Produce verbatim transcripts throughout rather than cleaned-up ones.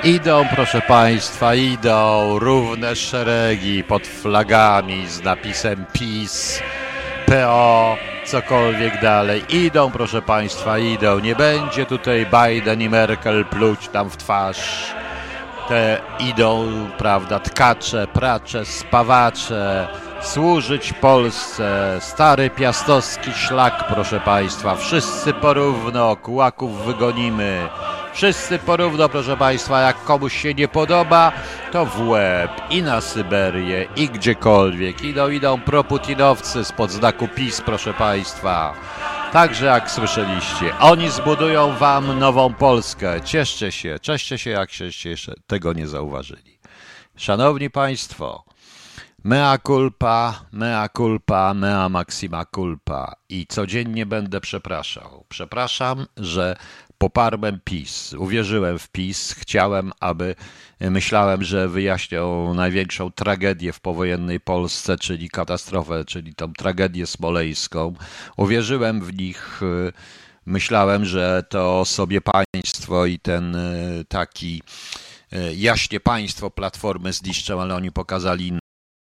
Idą, proszę Państwa, idą równe szeregi pod flagami z napisem PiS, P O, cokolwiek dalej. Idą, proszę Państwa, idą. Nie będzie tutaj Biden i Merkel pluć tam w twarz. Te idą, prawda, tkacze, pracze, spawacze, służyć Polsce. Stary piastowski szlak, proszę Państwa. Wszyscy porówno, kułaków wygonimy. Wszyscy porówno, proszę Państwa, jak komuś się nie podoba, to w łeb i na Syberię i gdziekolwiek. Idą, idą proputinowcy spod znaku PiS, proszę Państwa. Także jak słyszeliście, oni zbudują wam nową Polskę. Cieszcie się, cieszcie się, jak się jeszcze tego nie zauważyli. Szanowni Państwo, mea culpa, mea culpa, mea maxima culpa. I codziennie będę przepraszał. Przepraszam, że poparłem PiS, uwierzyłem w PiS, chciałem, aby, myślałem, że wyjaśnią największą tragedię w powojennej Polsce, czyli katastrofę, czyli tą tragedię smoleńską. Uwierzyłem w nich, myślałem, że to sobie państwo i ten taki jaśnie państwo Platformy zniszczą, ale oni pokazali inne.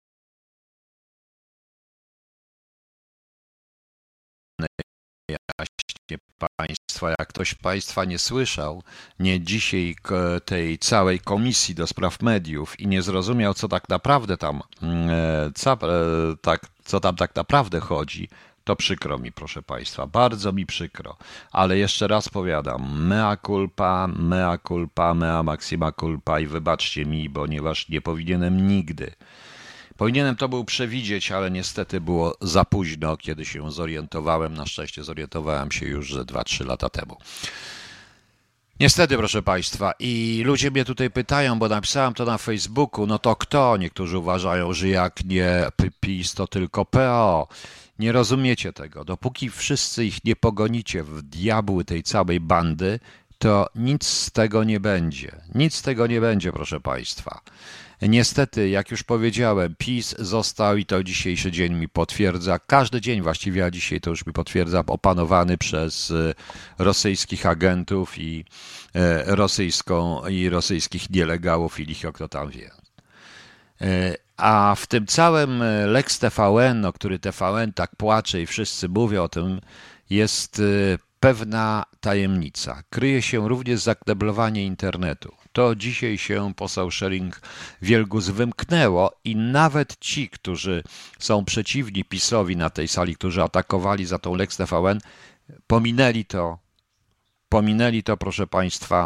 Jaśnie państwa, jak ktoś państwa nie słyszał, nie dzisiaj tej całej komisji do spraw mediów i nie zrozumiał, co tak naprawdę tam, co, tak, co tam tak naprawdę chodzi, to przykro mi, proszę Państwa, bardzo mi przykro, ale jeszcze raz powiadam, mea culpa, mea culpa, mea maxima culpa i wybaczcie mi, ponieważ nie powinienem nigdy. Powinienem to był przewidzieć, ale niestety było za późno, kiedy się zorientowałem. Na szczęście zorientowałem się już ze dwa trzy lata temu. Niestety, proszę Państwa, i ludzie mnie tutaj pytają, bo napisałem to na Facebooku, no to kto? Niektórzy uważają, że jak nie PiS, to tylko P O. Nie rozumiecie tego. Dopóki wszyscy ich nie pogonicie w diabły tej całej bandy, to nic z tego nie będzie. Nic z tego nie będzie, proszę Państwa. Niestety, jak już powiedziałem, PiS został i to dzisiejszy dzień mi potwierdza, każdy dzień właściwie, a dzisiaj to już mi potwierdza, opanowany przez rosyjskich agentów i rosyjską i rosyjskich nielegałów i licho kto tam wie. A w tym całym Lex T V N, o który T V N tak płacze i wszyscy mówią o tym, jest pewna tajemnica. Kryje się również zakneblowanie internetu. To dzisiaj się poseł Schering-Wielgus wymknęło i nawet ci, którzy są przeciwni PiS-owi na tej sali, którzy atakowali za tą Lex T V N, pominęli to, pominęli to, proszę Państwa,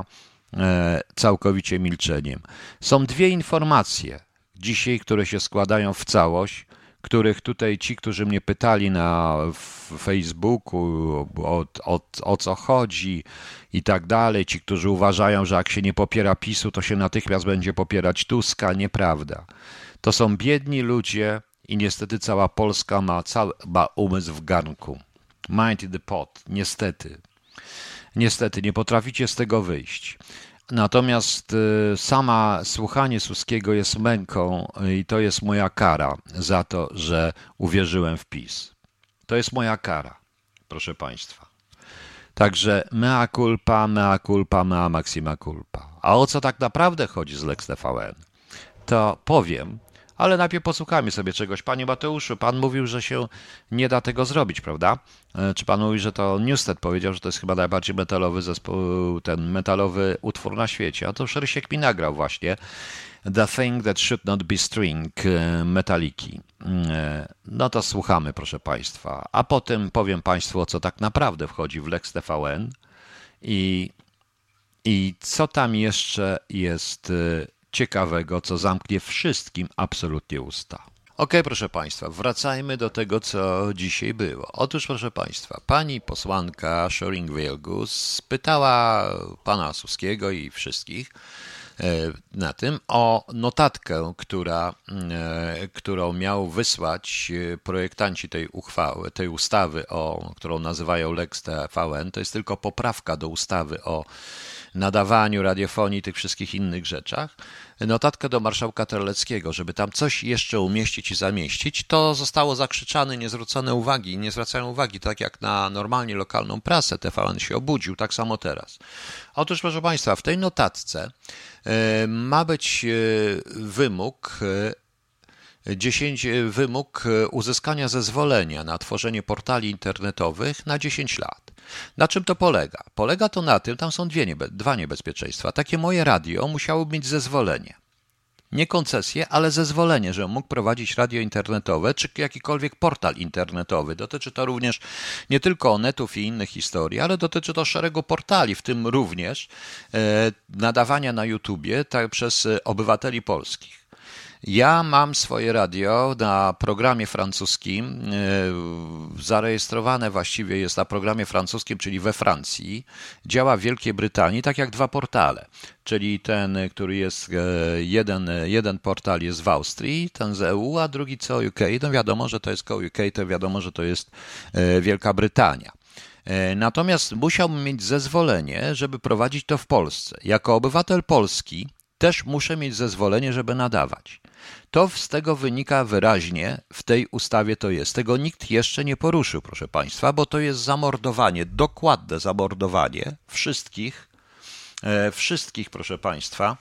całkowicie milczeniem. Są dwie informacje dzisiaj, które się składają w całość, których tutaj ci, którzy mnie pytali na Facebooku o, o, o co chodzi i tak dalej, ci, którzy uważają, że jak się nie popiera PiS-u, to się natychmiast będzie popierać Tuska, nieprawda. To są biedni ludzie i niestety cała Polska ma, cały, ma umysł w garnku. Mind in the pot, niestety. Niestety, nie potraficie z tego wyjść. Natomiast sama słuchanie Suskiego jest męką i to jest moja kara za to, że uwierzyłem w PiS. To jest moja kara, proszę Państwa. Także mea culpa, mea culpa, mea maxima culpa. A o co tak naprawdę chodzi z Lex T V N? To powiem, ale najpierw posłuchajmy sobie czegoś. Panie Mateuszu, pan mówił, że się nie da tego zrobić, prawda? Czy pan mówi, że to Newsted powiedział, że to jest chyba najbardziej metalowy zespół, ten metalowy utwór na świecie? A to Szerysiek mi nagrał właśnie The Thing That Should Not Be String Metaliki. No to słuchamy, proszę Państwa. A potem powiem Państwu, o co tak naprawdę wchodzi w Lex T V N i, i co tam jeszcze jest ciekawego, co zamknie wszystkim absolutnie usta. Ok, proszę Państwa, wracajmy do tego, co dzisiaj było. Otóż, proszę Państwa, pani posłanka Schering-Wielgus pytała pana Suskiego i wszystkich na tym o notatkę, która, którą miał wysłać projektanci tej uchwały, tej ustawy, o, którą nazywają Lex T V N. To jest tylko poprawka do ustawy o nadawaniu, radiofonii i tych wszystkich innych rzeczach, notatkę do marszałka Terleckiego, żeby tam coś jeszcze umieścić i zamieścić, to zostało zakrzyczane, nie zwrócone uwagi, nie zwracają uwagi, tak jak na normalnie lokalną prasę, T V N się obudził, tak samo teraz. Otóż, proszę Państwa, w tej notatce ma być wymóg dziesięć wymóg uzyskania zezwolenia na tworzenie portali internetowych na dziesięć lat. Na czym to polega? Polega to na tym, tam są dwie niebe, dwa niebezpieczeństwa. Takie moje radio musiało mieć zezwolenie. Nie koncesję, ale zezwolenie, że mógł prowadzić radio internetowe czy jakikolwiek portal internetowy. Dotyczy to również nie tylko Onetów i innych historii, ale dotyczy to szeregu portali, w tym również e, nadawania na YouTubie tak, przez obywateli polskich. Ja mam swoje radio na programie francuskim, zarejestrowane właściwie jest na programie francuskim, czyli we Francji, działa w Wielkiej Brytanii, tak jak dwa portale, czyli ten, który jest, jeden, jeden portal jest w Austrii, ten z E U, a drugi co U K, no wiadomo, że to jest co U K, to wiadomo, że to jest Wielka Brytania. Natomiast musiałbym mieć zezwolenie, żeby prowadzić to w Polsce. Jako obywatel Polski też muszę mieć zezwolenie, żeby nadawać. To z tego wynika wyraźnie, w tej ustawie to jest. Tego nikt jeszcze nie poruszył, proszę Państwa, bo to jest zamordowanie, dokładne zamordowanie wszystkich, e, wszystkich, proszę Państwa,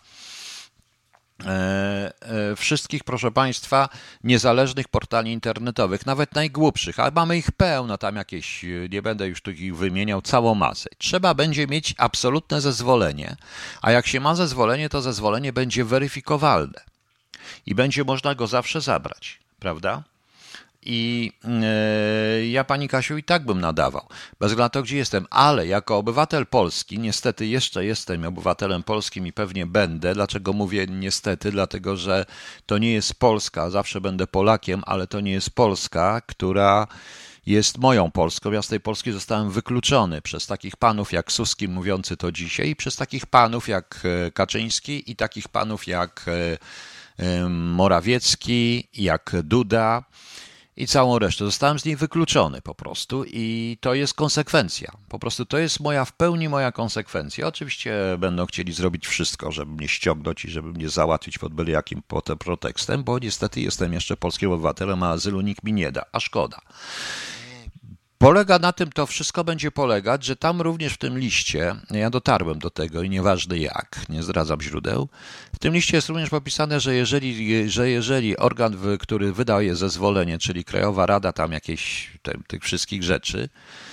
e, e, wszystkich, proszę Państwa, niezależnych portali internetowych, nawet najgłupszych, ale mamy ich pełno, tam jakieś, nie będę już tu ich wymieniał, całą masę. Trzeba będzie mieć absolutne zezwolenie, a jak się ma zezwolenie, to zezwolenie będzie weryfikowalne. I będzie można go zawsze zabrać, prawda? I yy, ja, Pani Kasiu, i tak bym nadawał, bez względu na to, gdzie jestem, ale jako obywatel Polski, niestety jeszcze jestem obywatelem polskim i pewnie będę. Dlaczego mówię niestety? Dlatego, że to nie jest Polska, zawsze będę Polakiem, ale to nie jest Polska, która jest moją Polską. Ja z tej Polski zostałem wykluczony przez takich panów jak Suski mówiący to dzisiaj i przez takich panów jak Kaczyński i takich panów jak Morawiecki, jak Duda i całą resztę. Zostałem z niej wykluczony po prostu i to jest konsekwencja. Po prostu to jest moja, w pełni moja konsekwencja. Oczywiście będą chcieli zrobić wszystko, żeby mnie ściągnąć i żeby mnie załatwić pod byle jakim pretekstem, bo niestety jestem jeszcze polskim obywatelem, a azylu nikt mi nie da, a szkoda. Polega na tym, to wszystko będzie polegać, że tam również w tym liście, ja dotarłem do tego i nieważne jak, nie zdradzam źródeł, w tym liście jest również popisane, że jeżeli, że jeżeli organ, który wydaje zezwolenie, czyli Krajowa Rada tam jakiejś te, tych wszystkich rzeczy,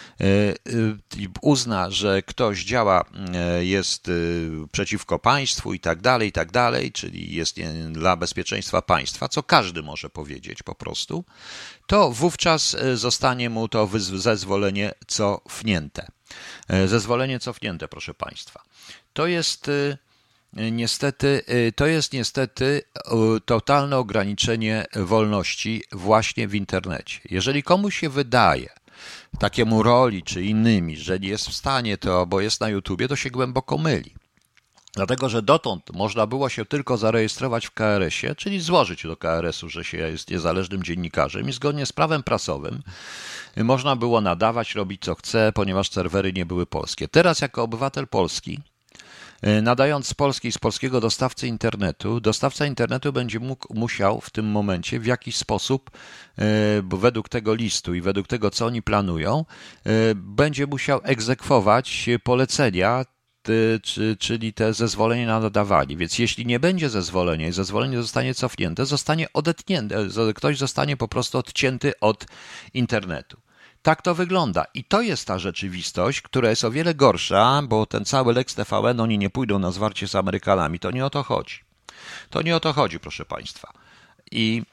uzna, że ktoś działa, jest przeciwko państwu i tak dalej, i tak dalej, czyli jest dla bezpieczeństwa państwa, co każdy może powiedzieć po prostu, to wówczas zostanie mu to zezwolenie cofnięte. Zezwolenie cofnięte, proszę Państwa. To jest niestety, to jest niestety totalne ograniczenie wolności właśnie w internecie. Jeżeli komuś się wydaje, takiemu Roli czy innymi, że nie jest w stanie to, bo jest na YouTubie, to się głęboko myli. Dlatego, że dotąd można było się tylko zarejestrować w K R S ie, czyli złożyć do K R S u, że się jest niezależnym dziennikarzem i zgodnie z prawem prasowym można było nadawać, robić co chce, ponieważ serwery nie były polskie. Teraz jako obywatel polski, nadając z Polski, z polskiego dostawcy internetu, dostawca internetu będzie mógł, musiał w tym momencie w jakiś sposób, bo według tego listu i według tego, co oni planują, będzie musiał egzekwować polecenia, czyli te zezwolenie na nadawanie. Więc jeśli nie będzie zezwolenia i zezwolenie zostanie cofnięte, zostanie odetnięte, ktoś zostanie po prostu odcięty od internetu. Tak to wygląda. I to jest ta rzeczywistość, która jest o wiele gorsza, bo ten cały Lex T V N, oni nie pójdą na zwarcie z Amerykanami. To nie o to chodzi. To nie o to chodzi, proszę Państwa. I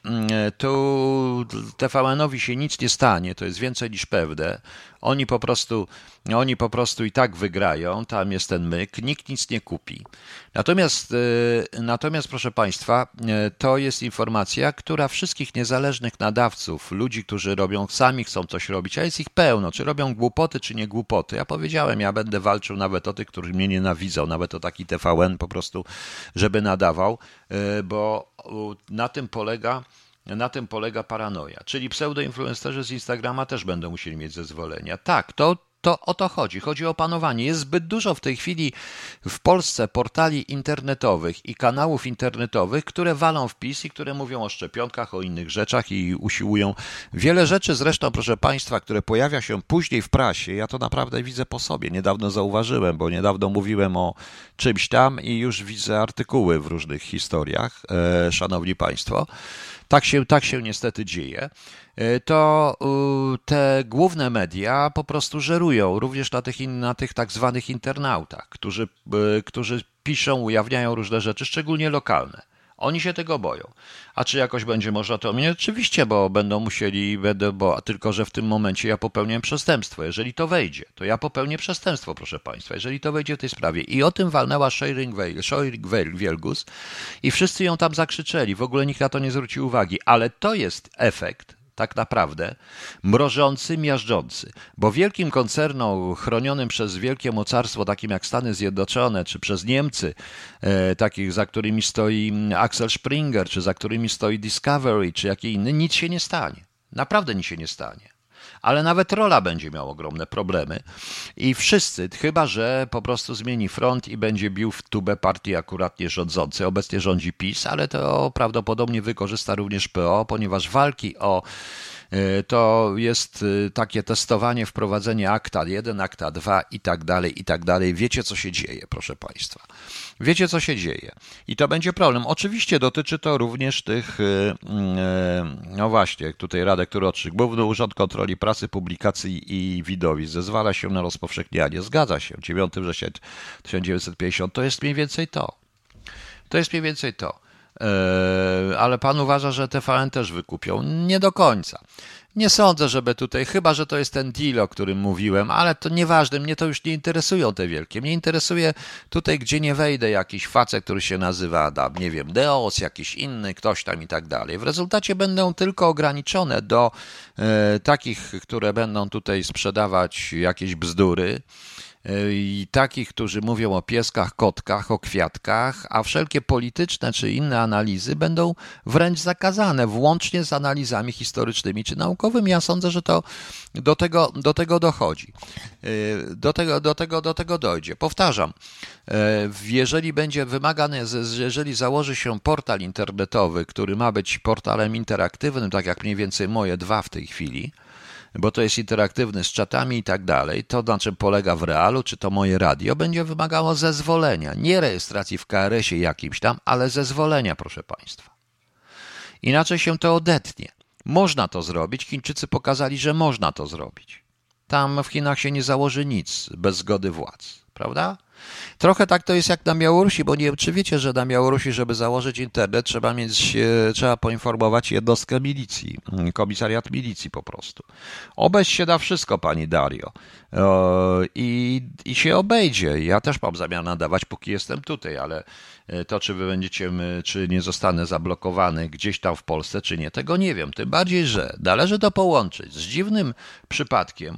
tu T V N-owi się nic nie stanie, to jest więcej niż pewne. Oni po prostu, oni po prostu i tak wygrają, tam jest ten myk, nikt nic nie kupi. Natomiast, natomiast proszę Państwa, to jest informacja, która wszystkich niezależnych nadawców, ludzi, którzy robią, sami chcą coś robić, a jest ich pełno, czy robią głupoty, czy nie głupoty. Ja powiedziałem, ja będę walczył nawet o tych, którzy mnie nienawidzą, nawet o taki T V N po prostu, żeby nadawał, bo na tym polega Na tym polega paranoja, czyli pseudoinfluencerzy z Instagrama też będą musieli mieć zezwolenia. Tak, to To o to chodzi. Chodzi o panowanie. Jest zbyt dużo w tej chwili w Polsce portali internetowych i kanałów internetowych, które walą w PiS i które mówią o szczepionkach, o innych rzeczach i usiłują wiele rzeczy zresztą, proszę Państwa, które pojawia się później w prasie. Ja to naprawdę widzę po sobie. Niedawno zauważyłem, bo niedawno mówiłem o czymś tam i już widzę artykuły w różnych historiach, e, szanowni Państwo. Tak się, tak się niestety dzieje. To te główne media po prostu żerują również na tych, na tych tak zwanych internautach, którzy, którzy piszą, ujawniają różne rzeczy, szczególnie lokalne. Oni się tego boją. A czy jakoś będzie można to ominąć? Oczywiście, bo będą musieli, będę, bo tylko że w tym momencie ja popełniam przestępstwo. Jeżeli to wejdzie, to ja popełnię przestępstwo, proszę Państwa. Jeżeli to wejdzie w tej sprawie. I o tym walnęła Scheuring-Wielgus i wszyscy ją tam zakrzyczeli. W ogóle nikt na to nie zwrócił uwagi. Ale to jest efekt tak naprawdę mrożący, miażdżący, bo wielkim koncernom chronionym przez wielkie mocarstwo, takim jak Stany Zjednoczone, czy przez Niemcy, e, takich za którymi stoi Axel Springer, czy za którymi stoi Discovery, czy jakie inne, nic się nie stanie. Naprawdę nic się nie stanie. Ale nawet Rola będzie miał ogromne problemy i wszyscy, chyba że po prostu zmieni front i będzie bił w tubę partii akuratnie rządzącej. Obecnie rządzi PiS, ale to prawdopodobnie wykorzysta również P O, ponieważ walki o to jest takie testowanie, wprowadzenie akta jeden, akta dwa i tak dalej, i tak dalej. Wiecie, co się dzieje, proszę Państwa. Wiecie, co się dzieje. I to będzie problem. Oczywiście dotyczy to również tych, no właśnie, tutaj Radek Turoczyk, Główny Urząd Kontroli Prasy, Publikacji i Widowisk zezwala się na rozpowszechnianie. Zgadza się. dziewiątego września tysiąc dziewięćset pięćdziesiątego to jest mniej więcej to. To jest mniej więcej to. Ale pan uważa, że T V N też wykupią? Nie do końca. Nie sądzę, żeby tutaj, chyba że to jest ten deal, o którym mówiłem, ale to nieważne, mnie to już nie interesują te wielkie. Mnie interesuje tutaj, gdzie nie wejdę, jakiś facet, który się nazywa Adam, nie wiem, Deos, jakiś inny, ktoś tam i tak dalej. W rezultacie będą tylko ograniczone do e, takich, które będą tutaj sprzedawać jakieś bzdury, i takich, którzy mówią o pieskach, kotkach, o kwiatkach, a wszelkie polityczne czy inne analizy będą wręcz zakazane, włącznie z analizami historycznymi czy naukowymi. Ja sądzę, że to do tego, do tego dochodzi. Do tego, do tego, do tego dojdzie. Powtarzam, jeżeli będzie wymagane, jeżeli założy się portal internetowy, który ma być portalem interaktywnym, tak jak mniej więcej moje dwa w tej chwili, bo to jest interaktywny z czatami i tak dalej, to na czym polega w realu, czy to moje radio, będzie wymagało zezwolenia, nie rejestracji w K R S ie jakimś tam, ale zezwolenia, proszę Państwa. Inaczej się to odetnie. Można to zrobić, Chińczycy pokazali, że można to zrobić. Tam w Chinach się nie założy nic bez zgody władz, prawda? Trochę tak to jest jak na Białorusi, bo nie wiem, czy wiecie, że na Białorusi, żeby założyć internet, trzeba mieć, trzeba poinformować jednostkę milicji, komisariat milicji po prostu. Obejść się da wszystko, pani Dario. I, i się obejdzie. Ja też mam zamiar nadawać, póki jestem tutaj, ale to, czy wy będziecie, czy nie zostanę zablokowany gdzieś tam w Polsce, czy nie, tego nie wiem. Tym bardziej, że należy to połączyć z dziwnym przypadkiem,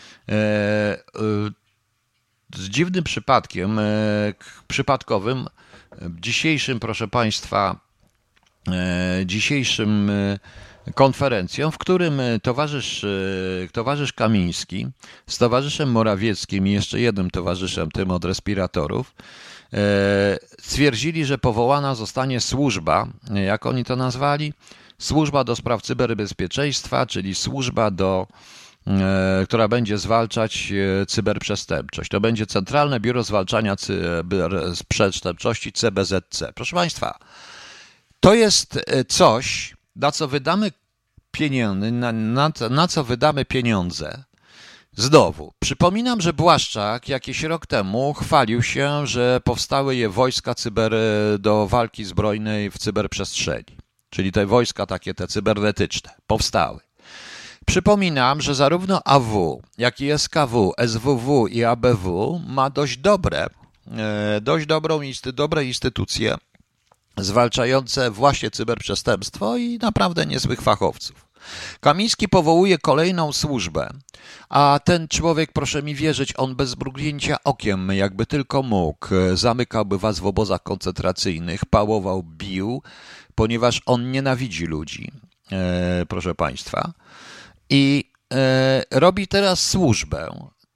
z dziwnym przypadkiem, przypadkowym, dzisiejszym, proszę Państwa, dzisiejszym konferencją, w którym towarzysz, towarzysz Kamiński z towarzyszem Morawieckim i jeszcze jednym towarzyszem, tym od respiratorów, stwierdzili, że powołana zostanie służba, jak oni to nazwali, służba do spraw cyberbezpieczeństwa, czyli służba do która będzie zwalczać cyberprzestępczość. To będzie Centralne Biuro Zwalczania Cyberprzestępczości C B Z C. Proszę Państwa, to jest coś, na co wydamy pieniądze, na, na, na co wydamy pieniądze. Znowu, przypominam, że Błaszczak jakiś rok temu chwalił się, że powstały je wojska cyber do walki zbrojnej w cyberprzestrzeni, czyli te wojska takie te cybernetyczne powstały. Przypominam, że zarówno A W, jak i S K W, S W W i A B W ma dość dobre, dość dobrą, dobre instytucje zwalczające właśnie cyberprzestępstwo i naprawdę niezłych fachowców. Kamiński powołuje kolejną służbę, a ten człowiek, proszę mi wierzyć, on bez mrugnięcia okiem, jakby tylko mógł, zamykałby was w obozach koncentracyjnych, pałował, bił, ponieważ on nienawidzi ludzi, proszę Państwa. I e, robi teraz służbę,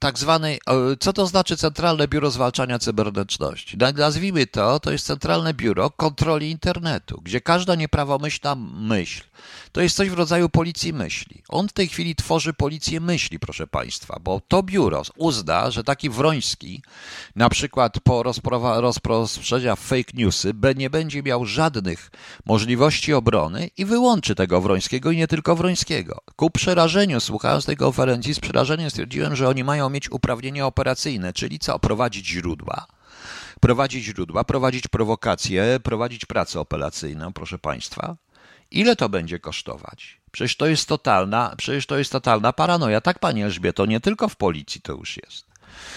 tak zwanej, co to znaczy Centralne Biuro Zwalczania Cybernetyczności? Nazwijmy to, to jest Centralne Biuro Kontroli Internetu, gdzie każda nieprawomyślna myśl to jest coś w rodzaju policji myśli. On w tej chwili tworzy policję myśli, proszę Państwa, bo to biuro uzna, że taki Wroński na przykład po rozprzestrzenia fake newsy nie będzie miał żadnych możliwości obrony i wyłączy tego Wrońskiego i nie tylko Wrońskiego. Ku przerażeniu, słuchając tej konferencji, z przerażeniem stwierdziłem, że oni mają mieć uprawnienia operacyjne, czyli co? Prowadzić źródła. Prowadzić źródła, prowadzić prowokacje, prowadzić pracę operacyjną, proszę Państwa. Ile to będzie kosztować? Przecież to jest totalna, przecież to jest totalna paranoja. Tak, Pani Elżbieto, nie tylko w policji to już jest.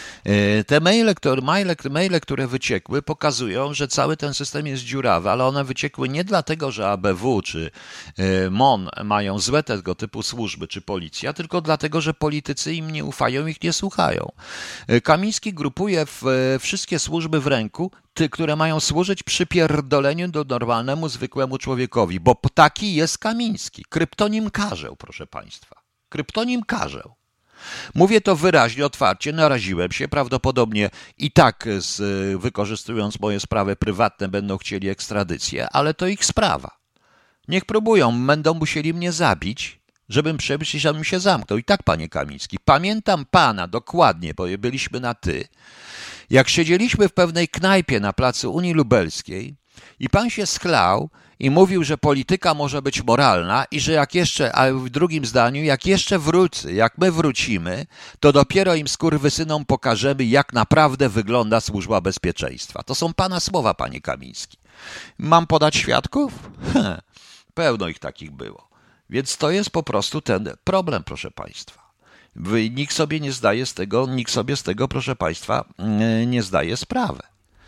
Te maile, które, maile, maile, które wyciekły, pokazują, że cały ten system jest dziurawy, ale one wyciekły nie dlatego, że A B W czy M O N mają złe tego typu służby, czy policja, tylko dlatego, że politycy im nie ufają, ich nie słuchają. Kamiński grupuje w wszystkie służby w ręku, ty, które mają służyć przypierdoleniu do normalnemu, zwykłemu człowiekowi, bo taki jest Kamiński. Kryptonim Karzeł, proszę Państwa. Kryptonim Karzeł. Mówię to wyraźnie, otwarcie, naraziłem się, prawdopodobnie i tak z, wykorzystując moje sprawy prywatne będą chcieli ekstradycję, ale to ich sprawa. Niech próbują, będą musieli mnie zabić, żebym przemyślał, żebym się zamknął. I tak, panie Kamiński, pamiętam pana dokładnie, bo byliśmy na ty, jak siedzieliśmy w pewnej knajpie na placu Unii Lubelskiej i pan się schlał i mówił, że polityka może być moralna i że jak jeszcze, a w drugim zdaniu, jak jeszcze wrócę, jak my wrócimy, to dopiero im skurwysynom pokażemy, jak naprawdę wygląda służba bezpieczeństwa. To są pana słowa, panie Kamiński. Mam podać świadków? Heh, pełno ich takich było. Więc to jest po prostu ten problem, proszę państwa. Nikt sobie nie zdaje z tego, nikt sobie z tego, proszę państwa, nie zdaje sprawy.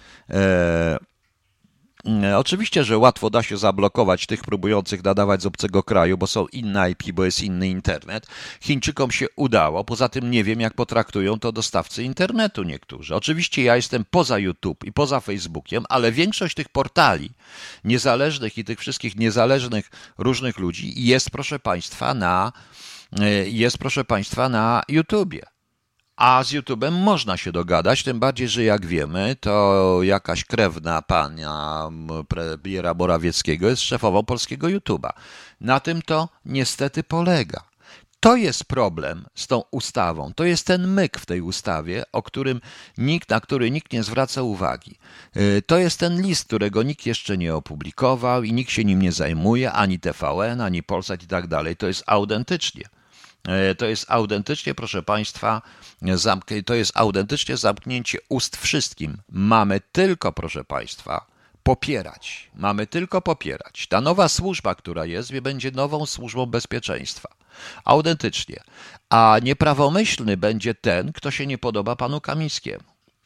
Eee, Oczywiście, że łatwo da się zablokować tych próbujących nadawać z obcego kraju, bo są inne I P, bo jest inny internet. Chińczykom się udało, poza tym nie wiem, jak potraktują to dostawcy internetu niektórzy. Oczywiście ja jestem poza YouTube i poza Facebookiem, ale większość tych portali niezależnych i tych wszystkich niezależnych różnych ludzi jest, proszę państwa, na, jest, proszę państwa, na YouTubie. A z YouTube'em można się dogadać, tym bardziej, że jak wiemy, to jakaś krewna pana premiera Morawieckiego jest szefową polskiego YouTube'a. Na tym to niestety polega. To jest problem z tą ustawą. To jest ten myk w tej ustawie, o którym nikt, na który nikt nie zwraca uwagi. To jest ten list, którego nikt jeszcze nie opublikował i nikt się nim nie zajmuje, ani T V N, ani Polsat i tak dalej. To jest autentycznie. To jest autentycznie, proszę Państwa, zamk- to jest autentycznie zamknięcie ust wszystkim. Mamy tylko, proszę Państwa, popierać. Mamy tylko popierać. Ta nowa służba, która jest, będzie nową służbą bezpieczeństwa. Autentycznie. A nieprawomyślny będzie ten, kto się nie podoba panu Kamińskiemu.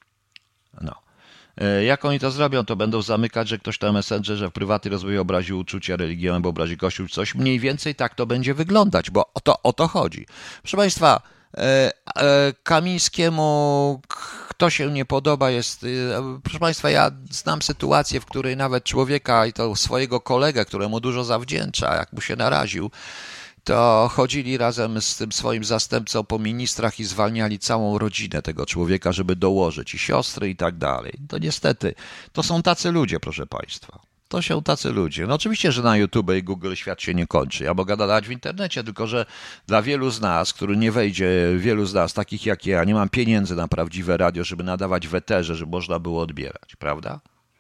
No. Jak oni to zrobią, to będą zamykać, że ktoś na Messengerze w prywatnej rozwoju obraził uczucia religijne, bo obrazi Kościół, coś. Mniej więcej tak to będzie wyglądać, bo o to, o to chodzi. Proszę Państwa, e, e, Kamińskiemu kto się nie podoba jest... E, proszę Państwa, ja znam sytuację, w której nawet człowieka i to swojego kolegę, któremu dużo zawdzięcza, jak mu się naraził, to chodzili razem z tym swoim zastępcą po ministrach i zwalniali całą rodzinę tego człowieka, żeby dołożyć i siostry i tak dalej. To niestety, to są tacy ludzie, proszę Państwa. To są tacy ludzie. No oczywiście, że na YouTube i Google świat się nie kończy. Ja mogę nadać w internecie, tylko że dla wielu z nas, który nie wejdzie, wielu z nas, takich jak ja, nie mam pieniędzy na prawdziwe radio, żeby nadawać w eterze, żeby można było odbierać, prawda?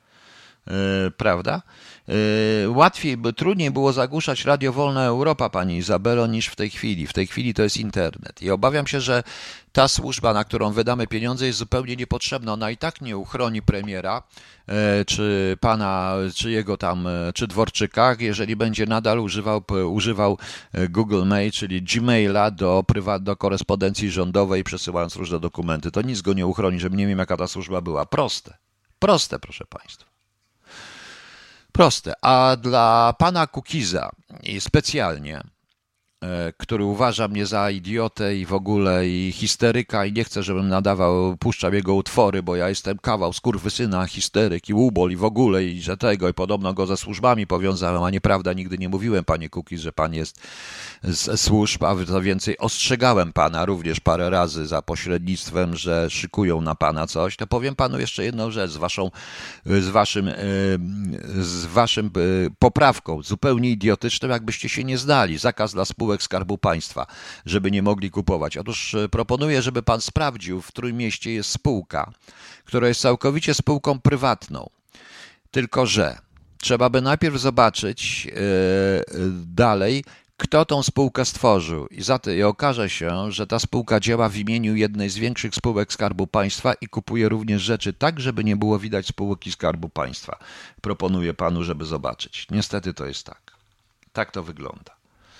Yy, prawda? Yy, łatwiej, bo trudniej było zagłuszać Radio Wolna Europa, pani Izabelo, niż w tej chwili. W tej chwili to jest internet. I obawiam się, że ta służba, na którą wydamy pieniądze, jest zupełnie niepotrzebna. Ona i tak nie uchroni premiera, yy, czy pana, czy jego tam, yy, czy Dworczyka, jeżeli będzie nadal używał, używał Google Mail, czyli Gmaila do, prywat, do korespondencji rządowej, przesyłając różne dokumenty. To nic go nie uchroni, żeby nie wiem, jaka ta służba była. Proste. Proste, proszę państwa. Proste. A dla pana Kukiza i specjalnie który uważa mnie za idiotę i w ogóle i histeryka i nie chce, żebym nadawał, puszczał jego utwory, bo ja jestem kawał skurwysyna, histeryk i łubol i w ogóle i że tego i podobno go ze służbami powiązałem, a nieprawda, nigdy nie mówiłem, panie Kukiz, że pan jest z służb, a co więcej ostrzegałem pana również parę razy za pośrednictwem, że szykują na pana coś, to powiem panu jeszcze jedną rzecz z waszą, z waszym, z waszym poprawką, zupełnie idiotyczną, jakbyście się nie zdali, zakaz dla spółek Skarbu Państwa, żeby nie mogli kupować. Otóż proponuję, żeby pan sprawdził, w Trójmieście jest spółka, która jest całkowicie spółką prywatną. Tylko że trzeba by najpierw zobaczyć yy, dalej, kto tą spółkę stworzył. I, za to, I okaże się, że ta spółka działa w imieniu jednej z większych spółek Skarbu Państwa i kupuje również rzeczy tak, żeby nie było widać spółki Skarbu Państwa. Proponuję panu, żeby zobaczyć. Niestety to jest tak. Tak to wygląda.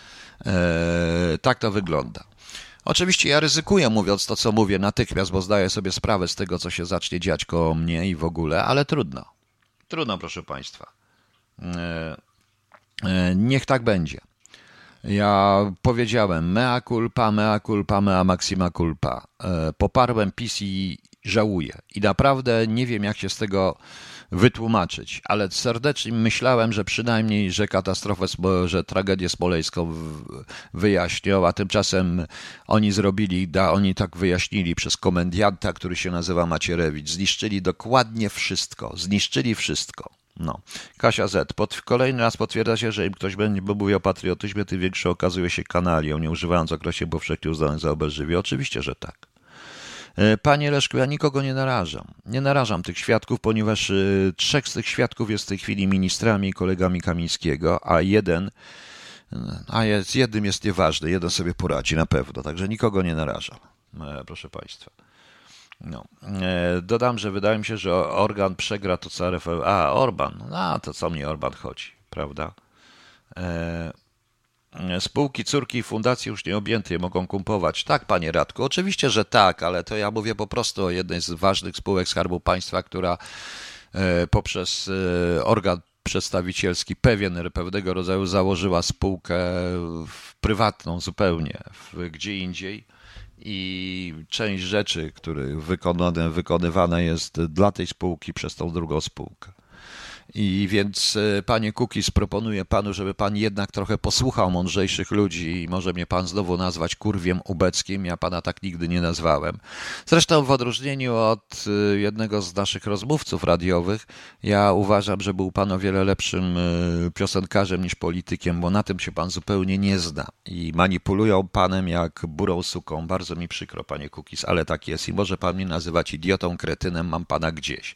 Eee, tak to wygląda. Oczywiście ja ryzykuję, mówiąc to, co mówię natychmiast, bo zdaję sobie sprawę z tego, co się zacznie dziać koło mnie i w ogóle, ale trudno. Trudno, proszę państwa. Eee, e, niech tak będzie. Ja powiedziałem mea culpa, mea culpa, mea maxima culpa. Eee, poparłem PiS i żałuję. I naprawdę nie wiem, jak się z tego wytłumaczyć, ale serdecznie myślałem, że przynajmniej, że katastrofę, że tragedię smoleńską wyjaśnią, a tymczasem oni zrobili, da, oni tak wyjaśnili przez komendianta, który się nazywa Macierewicz, zniszczyli dokładnie wszystko, zniszczyli wszystko. No. Kasia Z. Pod, kolejny raz potwierdza się, że im ktoś będzie mówił o patriotyzmie, tym większy okazuje się kanalią, nie używając określeń powszechnie uznanych za obelżywie. Oczywiście, że tak. Panie Leszku, ja nikogo nie narażam. Nie narażam tych świadków, ponieważ y, trzech z tych świadków jest w tej chwili ministrami i kolegami Kamińskiego, a jeden, a jest, jednym jest nieważny, jeden sobie poradzi na pewno, także nikogo nie narażam, e, proszę państwa. No. E, dodam, że wydaje mi się, że Organ przegra to co R F L. A, Orban, a to co mnie Orban chodzi, prawda? E, Spółki, córki i fundacje już nie objęte mogą kupować. Tak, panie Radku, oczywiście, że tak, ale to ja mówię po prostu o jednej z ważnych spółek Skarbu Państwa, która poprzez organ przedstawicielski pewien, pewnego rodzaju założyła spółkę prywatną zupełnie, gdzie indziej i część rzeczy, których wykonane, wykonywana jest dla tej spółki przez tą drugą spółkę. I więc, panie Kukiz, proponuję panu, żeby pan jednak trochę posłuchał mądrzejszych ludzi i może mnie pan znowu nazwać kurwiem ubeckim, ja pana tak nigdy nie nazwałem. Zresztą w odróżnieniu od jednego z naszych rozmówców radiowych, ja uważam, że był pan o wiele lepszym piosenkarzem niż politykiem, bo na tym się pan zupełnie nie zna i manipulują panem jak burą suką. Bardzo mi przykro, panie Kukiz, ale tak jest i może pan mnie nazywać idiotą, kretynem, mam pana gdzieś.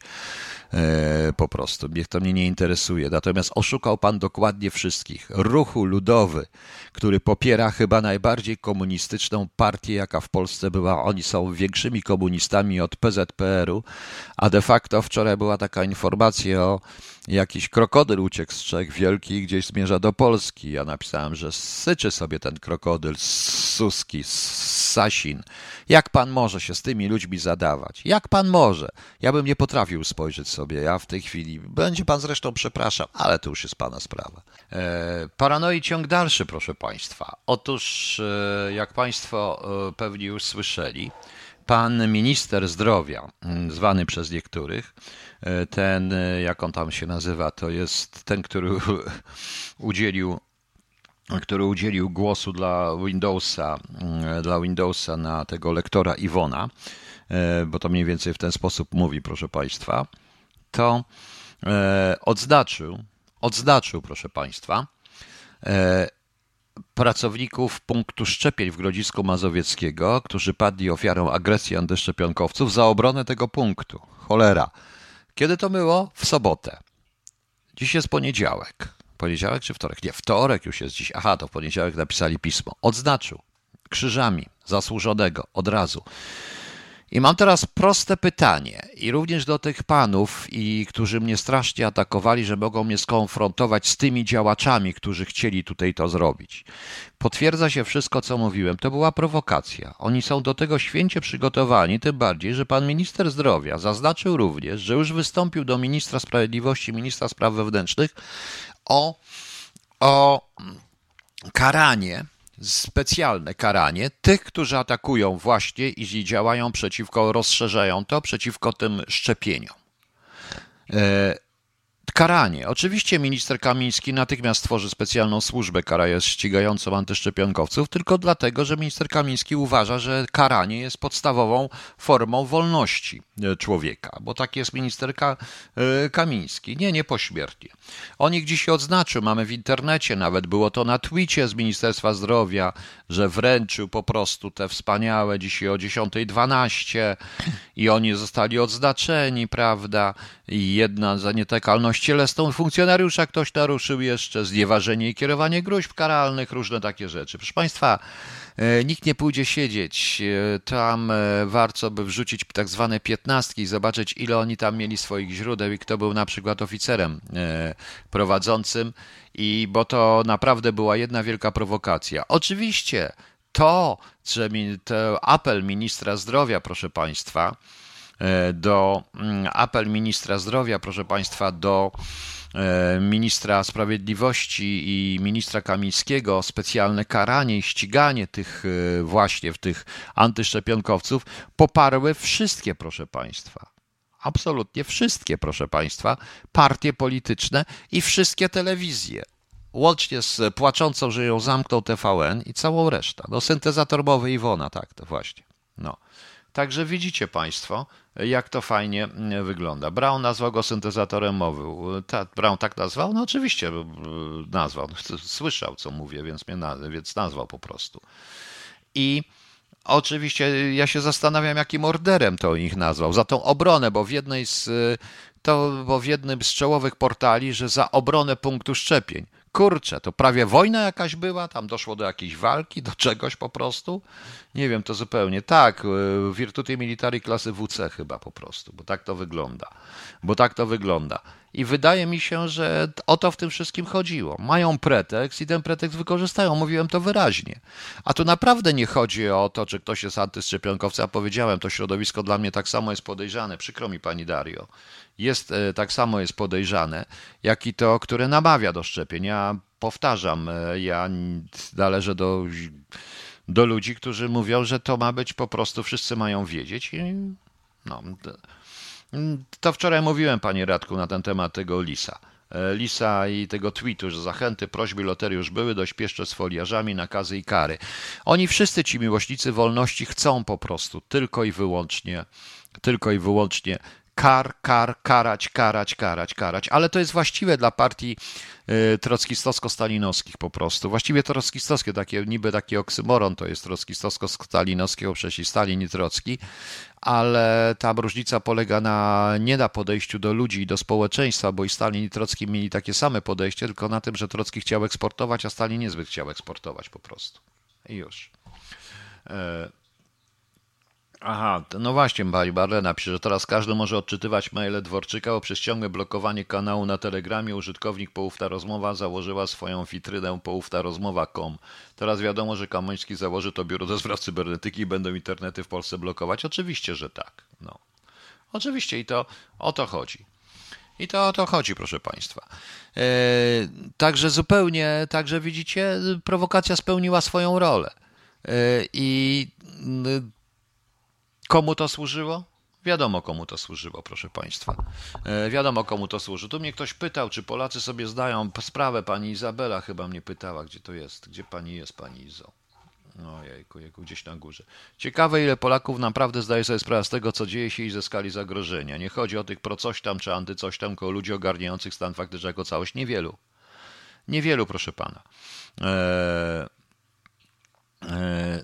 E, po prostu, niech to mnie nie interesuje. Natomiast oszukał pan dokładnie wszystkich. Ruchu Ludowy, który popiera chyba najbardziej komunistyczną partię, jaka w Polsce była. Oni są większymi komunistami od P Z P R u, a de facto wczoraj była taka informacja o jakiś krokodyl uciekł z Czech wielki i gdzieś zmierza do Polski. Ja napisałem, że syczy sobie ten krokodyl z Suski, z Sasin. Jak pan może się z tymi ludźmi zadawać? Jak pan może? Ja bym nie potrafił spojrzeć sobie. Ja w tej chwili, będzie pan zresztą przepraszam, ale to już jest pana sprawa. E, paranoi ciąg dalszy, proszę państwa. Otóż, e, jak państwo e, pewnie już słyszeli, pan minister zdrowia, zwany przez niektórych, ten, jak on tam się nazywa, to jest ten, który udzielił, który udzielił głosu dla Windowsa, dla Windowsa na tego lektora Iwona, bo to mniej więcej w ten sposób mówi, proszę państwa, to odznaczył, odznaczył, proszę państwa, pracowników punktu szczepień w Grodzisku Mazowieckiego, którzy padli ofiarą agresji antyszczepionkowców za obronę tego punktu. Cholera. Kiedy to było? W sobotę. Dziś jest poniedziałek. Poniedziałek czy wtorek? Nie, wtorek już jest dziś. Aha, to w poniedziałek napisali pismo. Odznaczył krzyżami zasłużonego od razu. I mam teraz proste pytanie i również do tych panów, i którzy mnie strasznie atakowali, że mogą mnie skonfrontować z tymi działaczami, którzy chcieli tutaj to zrobić. Potwierdza się wszystko, co mówiłem. To była prowokacja. Oni są do tego święcie przygotowani, tym bardziej, że pan minister zdrowia zaznaczył również, że już wystąpił do ministra sprawiedliwości, ministra spraw wewnętrznych o, o karanie specjalne karanie tych, którzy atakują właśnie i działają przeciwko, rozszerzają to przeciwko tym szczepieniom. Karanie. Oczywiście minister Kamiński natychmiast tworzy specjalną służbę karając ścigającą antyszczepionkowców, tylko dlatego, że minister Kamiński uważa, że karanie jest podstawową formą wolności człowieka, bo tak jest minister Kamiński. Nie, nie pośmiertnie. On ich dzisiaj odznaczył, mamy w internecie, nawet było to na twicie z Ministerstwa Zdrowia, że wręczył po prostu te wspaniałe dzisiaj o dziesiąta dwanaście i oni zostali odznaczeni, prawda, i jedna za nietykalność cielesną funkcjonariusza ktoś naruszył jeszcze, znieważenie i kierowanie gróźb karalnych, różne takie rzeczy. Proszę Państwa, nikt nie pójdzie siedzieć, tam warto by wrzucić tak zwane piętnastki i zobaczyć, ile oni tam mieli swoich źródeł i kto był na przykład oficerem prowadzącym, i bo to naprawdę była jedna wielka prowokacja. Oczywiście to, że mi, to apel ministra zdrowia, proszę Państwa, do apel ministra zdrowia, proszę Państwa, do ministra sprawiedliwości i ministra Kamińskiego o specjalne karanie i ściganie tych właśnie w tych antyszczepionkowców poparły wszystkie, proszę Państwa. Absolutnie wszystkie, proszę Państwa, partie polityczne i wszystkie telewizje. Łącznie z płaczącą, że ją zamknął T V N i całą resztę. No, syntezator mowy Iwona, tak, to właśnie. No. Także widzicie Państwo, jak to fajnie wygląda. Brown nazwał go syntezatorem mowy. Ta, Brown tak nazwał? No oczywiście nazwał. Słyszał, co mówię, więc mnie nazwał, więc nazwał po prostu. I oczywiście ja się zastanawiam, jakim orderem to ich nazwał. Za tą obronę, bo w jednej z, to, bo w jednym z czołowych portali, że za obronę punktu szczepień. Kurczę, to prawie wojna jakaś była, tam doszło do jakiejś walki, do czegoś po prostu. Nie wiem, to zupełnie tak, Virtuti Militari klasy W C chyba po prostu, bo tak to wygląda. Bo tak to wygląda. I wydaje mi się, że o to w tym wszystkim chodziło. Mają pretekst i ten pretekst wykorzystają, mówiłem to wyraźnie. A tu naprawdę nie chodzi o to, czy ktoś jest antyszczepionkowcem. Ja powiedziałem, to środowisko dla mnie tak samo jest podejrzane, przykro mi pani Dario. Jest, tak samo jest podejrzane, jak i to, które namawia do szczepień. Ja powtarzam, ja należę do, do ludzi, którzy mówią, że to ma być po prostu, wszyscy mają wiedzieć. I no, to wczoraj mówiłem, panie Radku, na ten temat tego Lisa. Lisa i tego tweetu, że zachęty, prośby, loterie już były, dość pieszcze z foliarzami, nakazy i kary. Oni wszyscy, ci miłośnicy wolności, chcą po prostu tylko i wyłącznie, tylko i wyłącznie kar, kar, karać, karać, karać, karać, ale to jest właściwe dla partii y, trockistowsko-stalinowskich po prostu. Właściwie to trockistowskie, takie, niby taki oksymoron to jest trockistowsko-stalinowskiego, przecież i Stalin i Trocki, ale ta różnica polega na, nie na podejściu do ludzi i do społeczeństwa, bo i Stalin i Trocki mieli takie same podejście, tylko na tym, że Trocki chciał eksportować, a Stalin niezbyt chciał eksportować po prostu. I już. E Aha, no właśnie, pani Barlena pisze, że teraz każdy może odczytywać maile Dworczyka, bo przez ciągłe blokowanie kanału na Telegramie użytkownik Poufta Rozmowa założyła swoją witrynę poufta rozmowa kropka com. Teraz wiadomo, że Kamiński założy to biuro do spraw cybernetyki i będą internety w Polsce blokować. Oczywiście, że tak. No. Oczywiście i to o to chodzi. I to o to chodzi, proszę Państwa. E, także zupełnie, także widzicie, prowokacja spełniła swoją rolę. E, I komu to służyło? Wiadomo, komu to służyło, proszę Państwa. E, wiadomo, komu to służy. Tu mnie ktoś pytał, czy Polacy sobie zdają sprawę, pani Izabela chyba mnie pytała, gdzie to jest, gdzie pani jest, pani Izo. Ojejku, jejku, gdzieś na górze. Ciekawe, ile Polaków naprawdę zdaje sobie sprawę z tego, co dzieje się i ze skali zagrożenia. Nie chodzi o tych pro coś tam, czy anty coś tam, tylko o ludzi ogarniających stan faktyczny jako całość. Niewielu. Niewielu, proszę pana. Eee, eee,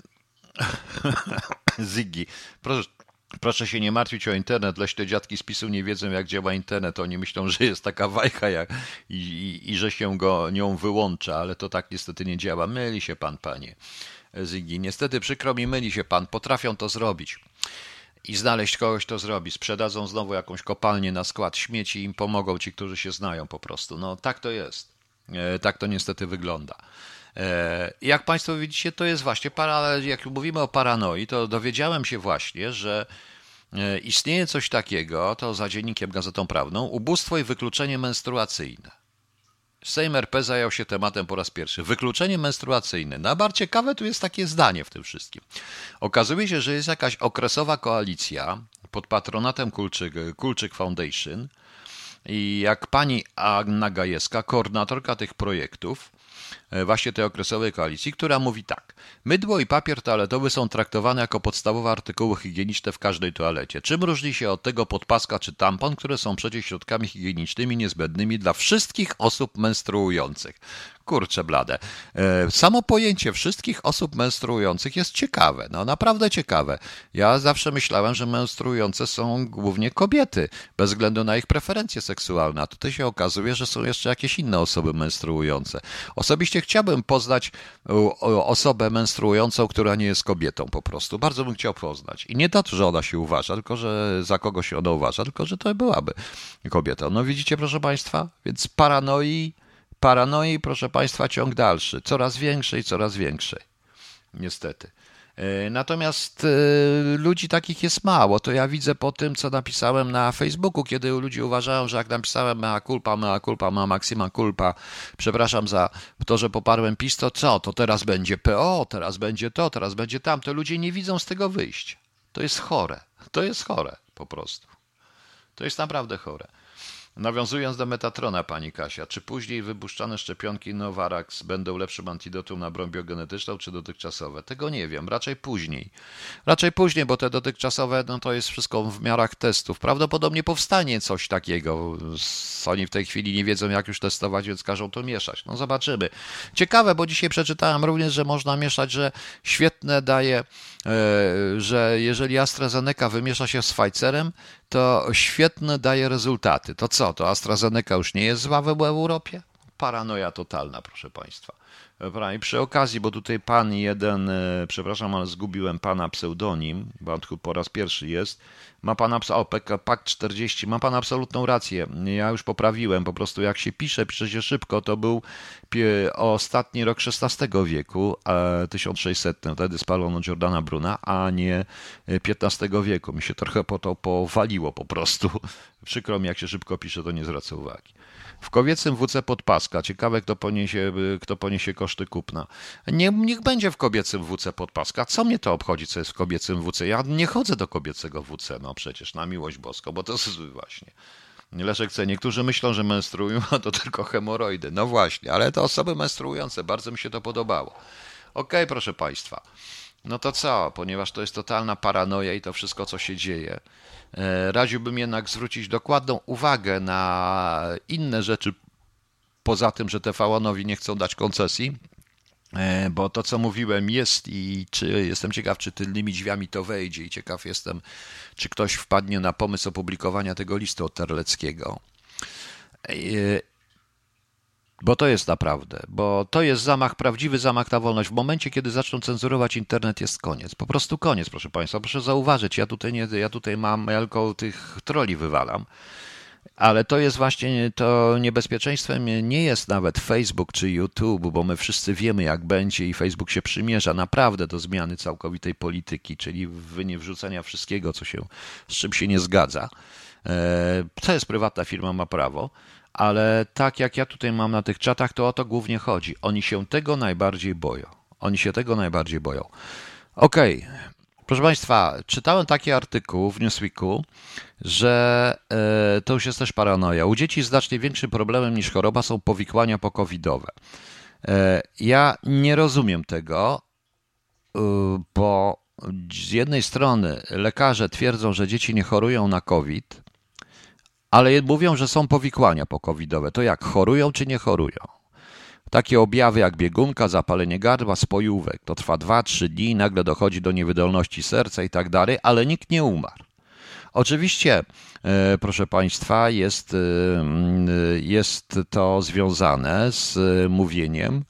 Ziggy, proszę, proszę się nie martwić o internet, leśne dziadki z PiSu nie wiedzą, jak działa internet, oni myślą, że jest taka wajcha jak, i, i, i że się go nią wyłącza, ale to tak niestety nie działa. Myli się pan, panie Ziggy, niestety przykro mi, myli się pan, potrafią to zrobić i znaleźć kogoś, kto zrobi, sprzedadzą znowu jakąś kopalnię na skład śmieci i im pomogą ci, którzy się znają po prostu, no tak to jest, e, tak to niestety wygląda. Jak Państwo widzicie, to jest właśnie, ale jak mówimy o paranoi, to dowiedziałem się właśnie, że istnieje coś takiego, to za Dziennikiem Gazetą Prawną, ubóstwo i wykluczenie menstruacyjne. Sejm R P zajął się tematem po raz pierwszy. Wykluczenie menstruacyjne. No, bardzo ciekawe tu jest takie zdanie w tym wszystkim. Okazuje się, że jest jakaś okresowa koalicja pod patronatem Kulczyk, Kulczyk Foundation i jak pani Anna Gajewska, koordynatorka tych projektów, właśnie tej okresowej koalicji, która mówi tak. Mydło i papier toaletowy są traktowane jako podstawowe artykuły higieniczne w każdej toalecie. Czym różni się od tego podpaska czy tampon, które są przecież środkami higienicznymi niezbędnymi dla wszystkich osób menstruujących? Kurczę blade. Samo pojęcie wszystkich osób menstruujących jest ciekawe, no naprawdę ciekawe. Ja zawsze myślałem, że menstruujące są głównie kobiety, bez względu na ich preferencje seksualne, a tutaj się okazuje, że są jeszcze jakieś inne osoby menstruujące. Osobiście chciałbym poznać osobę menstruującą, która nie jest kobietą po prostu. Bardzo bym chciał poznać. I nie to, że ona się uważa, tylko że za kogo się ona uważa, tylko że to byłaby kobieta. No widzicie, proszę Państwa? Więc paranoi Paranoi, proszę Państwa, ciąg dalszy. Coraz większej, i coraz większej. Niestety. Natomiast ludzi takich jest mało. To ja widzę po tym, co napisałem na Facebooku, kiedy ludzie uważają, że jak napisałem mea culpa, mea culpa, mea maxima culpa, przepraszam za to, że poparłem PiS, to co? To teraz będzie P O, teraz będzie to, teraz będzie tamto. Ludzie nie widzą z tego wyjścia. To jest chore. To jest chore po prostu. To jest naprawdę chore. Nawiązując do Metatrona, pani Kasia, czy później wypuszczane szczepionki Novavax będą lepszym antidotum na broń biogenetyczną, czy dotychczasowe? Tego nie wiem, raczej później. Raczej później, bo te dotychczasowe, no to jest wszystko w miarach testów. Prawdopodobnie powstanie coś takiego. Oni w tej chwili nie wiedzą, jak już testować, więc każą to mieszać. No zobaczymy. Ciekawe, bo dzisiaj przeczytałem również, że można mieszać, że świetne daje, że jeżeli AstraZeneca wymiesza się z Pfizerem, to świetne daje rezultaty. To co, to AstraZeneca już nie jest zła w Europie? Paranoja totalna, proszę Państwa. I przy okazji, bo tutaj pan jeden, przepraszam, ale zgubiłem pana pseudonim, bo on tu po raz pierwszy jest, ma pan, o, Pakt czterdzieści, ma pan absolutną rację, ja już poprawiłem, po prostu jak się pisze, pisze się szybko, to był ostatni rok szesnastego wieku, tysiąc sześćsetny, wtedy spalono Giordana Bruna, a nie piętnastego wieku, mi się trochę po to powaliło po prostu, przykro mi, jak się szybko pisze, to nie zwraca uwagi. W kobiecym W C podpaska. Ciekawe, kto poniesie, kto poniesie koszty kupna. Nie, niech będzie w kobiecym W C podpaska. Co mnie to obchodzi, co jest w kobiecym W C? Ja nie chodzę do kobiecego W C, no przecież, na miłość boską, bo to jest właśnie. Leszek C. Niektórzy myślą, że menstruują, a to tylko hemoroidy. No właśnie, ale to osoby menstruujące. Bardzo mi się to podobało. Okej, proszę Państwa. No to co? Ponieważ to jest totalna paranoja i to wszystko, co się dzieje. Radziłbym jednak zwrócić dokładną uwagę na inne rzeczy, poza tym, że T V N-owi nie chcą dać koncesji, bo to, co mówiłem, jest i czy jestem ciekaw, czy tylnymi drzwiami to wejdzie i ciekaw jestem, czy ktoś wpadnie na pomysł opublikowania tego listu od Terleckiego. Bo to jest naprawdę, bo to jest zamach, prawdziwy zamach na wolność. W momencie, kiedy zaczną cenzurować internet, jest koniec. Po prostu koniec, proszę Państwa. Proszę zauważyć, ja tutaj, nie, ja tutaj mam, ja tylko tych troli wywalam, ale to jest właśnie, to niebezpieczeństwem nie jest nawet Facebook czy YouTube, bo my wszyscy wiemy, jak będzie i Facebook się przymierza naprawdę do zmiany całkowitej polityki, czyli wrzucenia wszystkiego, co się, z czym się nie zgadza. To jest prywatna firma, ma prawo. Ale tak jak ja tutaj mam na tych czatach, to o to głównie chodzi. Oni się tego najbardziej boją. Oni się tego najbardziej boją. Okej, okay. Proszę Państwa, czytałem taki artykuł w Newsweeku, że e, to już jest też paranoja. U dzieci znacznie większym problemem niż choroba są powikłania pokowidowe. E, ja nie rozumiem tego, e, bo z jednej strony lekarze twierdzą, że dzieci nie chorują na COVID, ale mówią, że są powikłania pokowidowe. To jak, chorują czy nie chorują? Takie objawy jak biegunka, zapalenie gardła, spojówek. To trwa dwa trzy dni, nagle dochodzi do niewydolności serca i tak dalej, ale nikt nie umarł. Oczywiście, e, proszę Państwa, jest, e, jest to związane z mówieniem,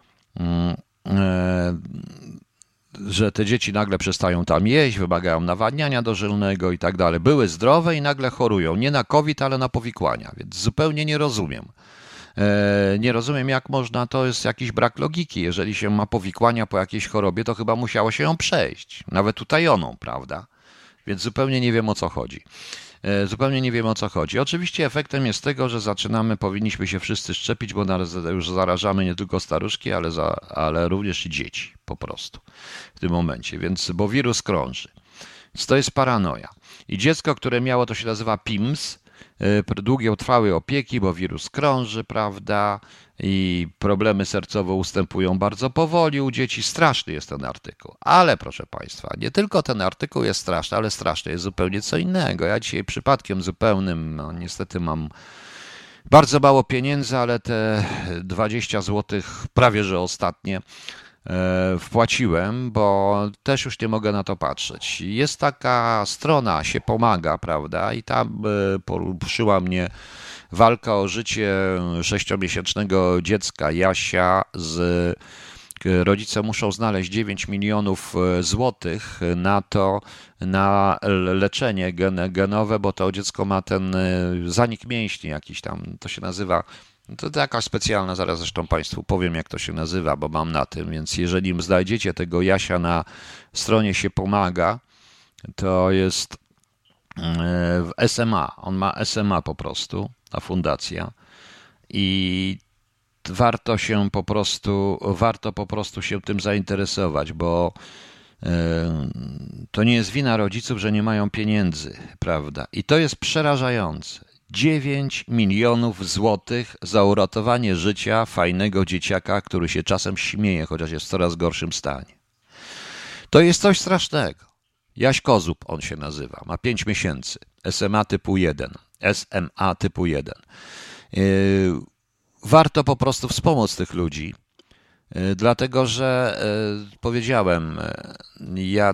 e, że te dzieci nagle przestają tam jeść, wymagają nawadniania dożylnego i tak dalej. Były zdrowe i nagle chorują. Nie na COVID, ale na powikłania, więc zupełnie nie rozumiem. E, nie rozumiem, jak można, to jest jakiś brak logiki. Jeżeli się ma powikłania po jakiejś chorobie, to chyba musiało się ją przejść. Nawet utajoną, prawda? Więc zupełnie nie wiem, o co chodzi. Zupełnie nie wiemy, o co chodzi. Oczywiście efektem jest tego, że zaczynamy, powinniśmy się wszyscy szczepić, bo już zarażamy nie tylko staruszki, ale, za, ale również i dzieci po prostu w tym momencie, więc, bo wirus krąży. Więc to jest paranoja. I dziecko, które miało, to się nazywa P I M S, długotrwałej opieki, bo wirus krąży, prawda, i problemy sercowe ustępują bardzo powoli u dzieci. Straszny jest ten artykuł. Ale proszę Państwa, nie tylko ten artykuł jest straszny, ale straszne jest zupełnie co innego. Ja dzisiaj przypadkiem zupełnym, no niestety mam bardzo mało pieniędzy, ale te dwadzieścia złotych, prawie że ostatnie, wpłaciłem, bo też już nie mogę na to patrzeć. Jest taka strona, się pomaga, prawda, i tam poruszyła mnie walka o życie sześciomiesięcznego dziecka Jasia. Z rodzice muszą znaleźć dziewięć milionów złotych na to, na leczenie genowe, bo to dziecko ma ten zanik mięśni jakiś tam, to się nazywa. To, to jakaś specjalna, zaraz zresztą Państwu powiem, jak to się nazywa, bo mam na tym, więc jeżeli znajdziecie tego Jasia na stronie się pomaga, to jest w S M A, on ma S M A po prostu, ta fundacja, i warto się po prostu, warto po prostu się tym zainteresować, bo to nie jest wina rodziców, że nie mają pieniędzy, prawda, i to jest przerażające. dziewięć milionów złotych za uratowanie życia fajnego dzieciaka, który się czasem śmieje, chociaż jest w coraz gorszym stanie. To jest coś strasznego. Jaś Kozub on się nazywa, ma pięć miesięcy, S M A typu jeden, S M A typu jeden. Yy, warto po prostu wspomóc tych ludzi, yy, dlatego że yy, powiedziałem, yy, ja,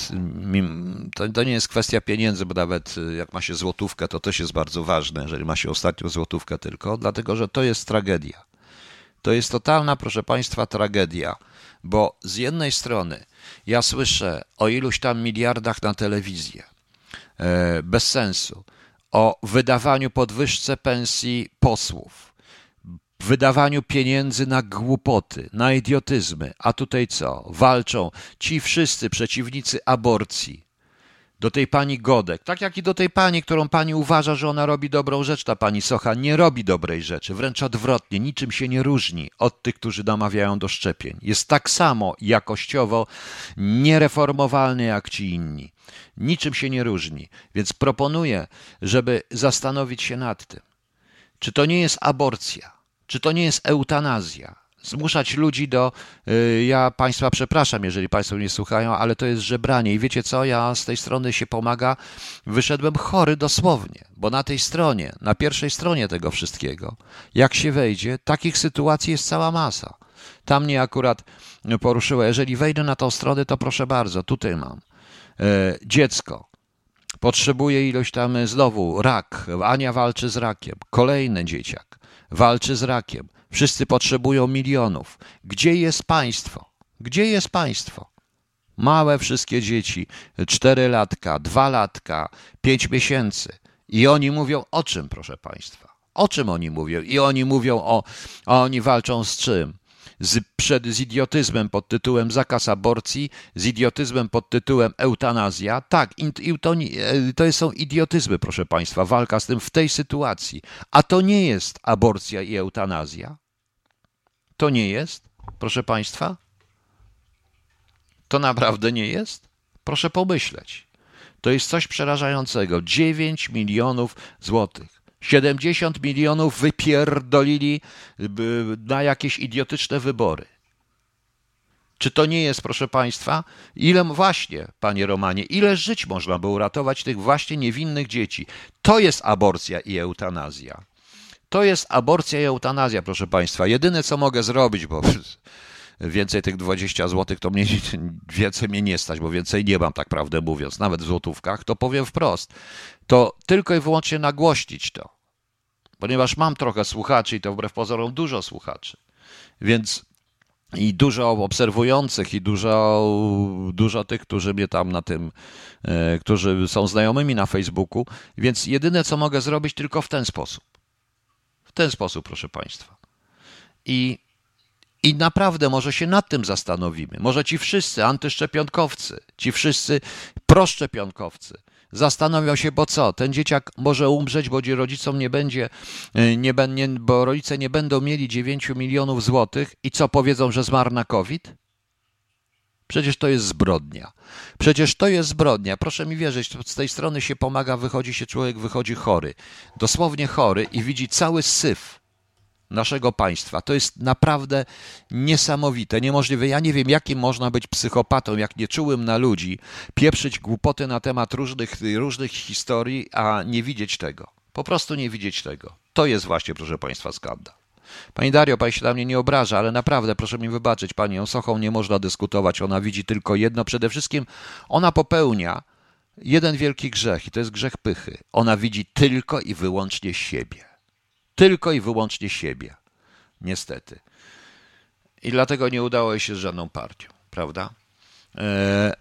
to, to nie jest kwestia pieniędzy, bo nawet jak ma się złotówkę, to też jest bardzo ważne, jeżeli ma się ostatnią złotówkę tylko, dlatego że to jest tragedia. To jest totalna, proszę Państwa, tragedia, bo z jednej strony ja słyszę o iluś tam miliardach na telewizję, bez sensu, o wydawaniu podwyżce pensji posłów, wydawaniu pieniędzy na głupoty, na idiotyzmy, a tutaj co? Walczą ci wszyscy przeciwnicy aborcji. Do tej pani Godek, tak jak i do tej pani, którą pani uważa, że ona robi dobrą rzecz, ta pani Socha nie robi dobrej rzeczy, wręcz odwrotnie, niczym się nie różni od tych, którzy namawiają do szczepień. Jest tak samo jakościowo niereformowalny jak ci inni. Niczym się nie różni, więc proponuję, żeby zastanowić się nad tym, czy to nie jest aborcja, czy to nie jest eutanazja. Zmuszać ludzi do, ja Państwa przepraszam, jeżeli Państwo mnie słuchają, ale to jest żebranie i wiecie co, ja z tej strony się pomaga, wyszedłem chory dosłownie, bo na tej stronie, na pierwszej stronie tego wszystkiego, jak się wejdzie, takich sytuacji jest cała masa. Tam mnie akurat poruszyło, jeżeli wejdę na tą stronę, to proszę bardzo, tutaj mam, dziecko potrzebuje ilość tam, znowu rak, Ania walczy z rakiem, kolejny dzieciak walczy z rakiem. Wszyscy potrzebują milionów. Gdzie jest państwo? Gdzie jest państwo? Małe wszystkie dzieci, cztery latka, dwa latka, pięć miesięcy. I oni mówią o czym, proszę państwa? O czym oni mówią? I oni mówią o, a oni walczą z czym? Z, przed, z idiotyzmem pod tytułem zakaz aborcji, z idiotyzmem pod tytułem eutanazja. Tak, i to, to są idiotyzmy, proszę Państwa, walka z tym w tej sytuacji. A to nie jest aborcja i eutanazja? To nie jest, proszę Państwa? To naprawdę nie jest? Proszę pomyśleć. To jest coś przerażającego. dziewięć milionów złotych. siedemdziesiąt milionów wypierdolili na jakieś idiotyczne wybory. Czy to nie jest, proszę Państwa, ile właśnie, Panie Romanie, ile żyć można by uratować tych właśnie niewinnych dzieci? To jest aborcja i eutanazja. To jest aborcja i eutanazja, proszę Państwa. Jedyne, co mogę zrobić, bo więcej tych dwadzieścia złotych to mnie, więcej mnie nie stać, bo więcej nie mam, tak prawdę mówiąc, nawet w złotówkach, to powiem wprost. To tylko i wyłącznie nagłośnić to, ponieważ mam trochę słuchaczy i to wbrew pozorom dużo słuchaczy, więc i dużo obserwujących i dużo, dużo tych, którzy mnie tam na tym, e, którzy są znajomymi na Facebooku, więc jedyne, co mogę zrobić, tylko w ten sposób. W ten sposób, proszę Państwa. I, i naprawdę może się nad tym zastanowimy. Może ci wszyscy antyszczepionkowcy, ci wszyscy proszczepionkowcy Zastanowią się, bo co? Ten dzieciak może umrzeć, bo rodzicom nie będzie, nie, nie, bo rodzice nie będą mieli dziewięć milionów złotych i co powiedzą, że zmarł na COVID? Przecież to jest zbrodnia. Przecież to jest zbrodnia. Proszę mi wierzyć, z tej strony się pomaga, wychodzi się człowiek, wychodzi chory. Dosłownie chory i widzi cały syf naszego państwa. To jest naprawdę niesamowite, niemożliwe. Ja nie wiem, jakim można być psychopatą, jak nieczułym na ludzi, pieprzyć głupoty na temat różnych, różnych historii, a nie widzieć tego. Po prostu nie widzieć tego. To jest właśnie, proszę państwa, skandal. Pani Dario, pani się na mnie nie obraża, ale naprawdę, proszę mi wybaczyć, panią Sochą nie można dyskutować. Ona widzi tylko jedno. Przede wszystkim ona popełnia jeden wielki grzech i to jest grzech pychy. Ona widzi tylko i wyłącznie siebie. Tylko i wyłącznie siebie. Niestety. I dlatego nie udało jej się z żadną partią, prawda? Eee,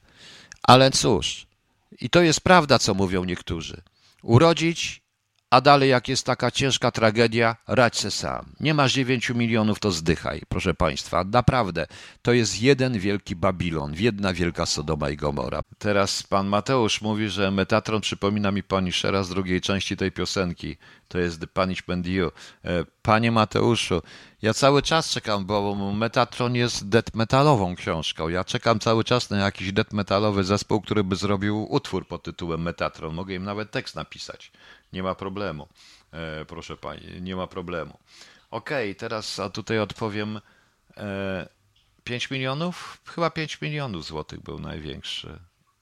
ale cóż, i to jest prawda, co mówią niektórzy. Urodzić, a dalej jak jest taka ciężka tragedia, radź se sam. Nie masz dziewięciu milionów, to zdychaj, proszę państwa. Naprawdę, to jest jeden wielki Babilon, jedna wielka Sodoma i Gomora. Teraz pan Mateusz mówi, że Metatron przypomina mi Punishera z drugiej części tej piosenki. To jest The Punishment You. Panie Mateuszu, ja cały czas czekam, bo Metatron jest death metalową książką. Ja czekam cały czas na jakiś death metalowy zespół, który by zrobił utwór pod tytułem Metatron. Mogę im nawet tekst napisać. Nie ma problemu, e, proszę pani, nie ma problemu. Okej, okay, teraz a tutaj odpowiem. E, pięć milionów? Chyba pięć milionów złotych był największy.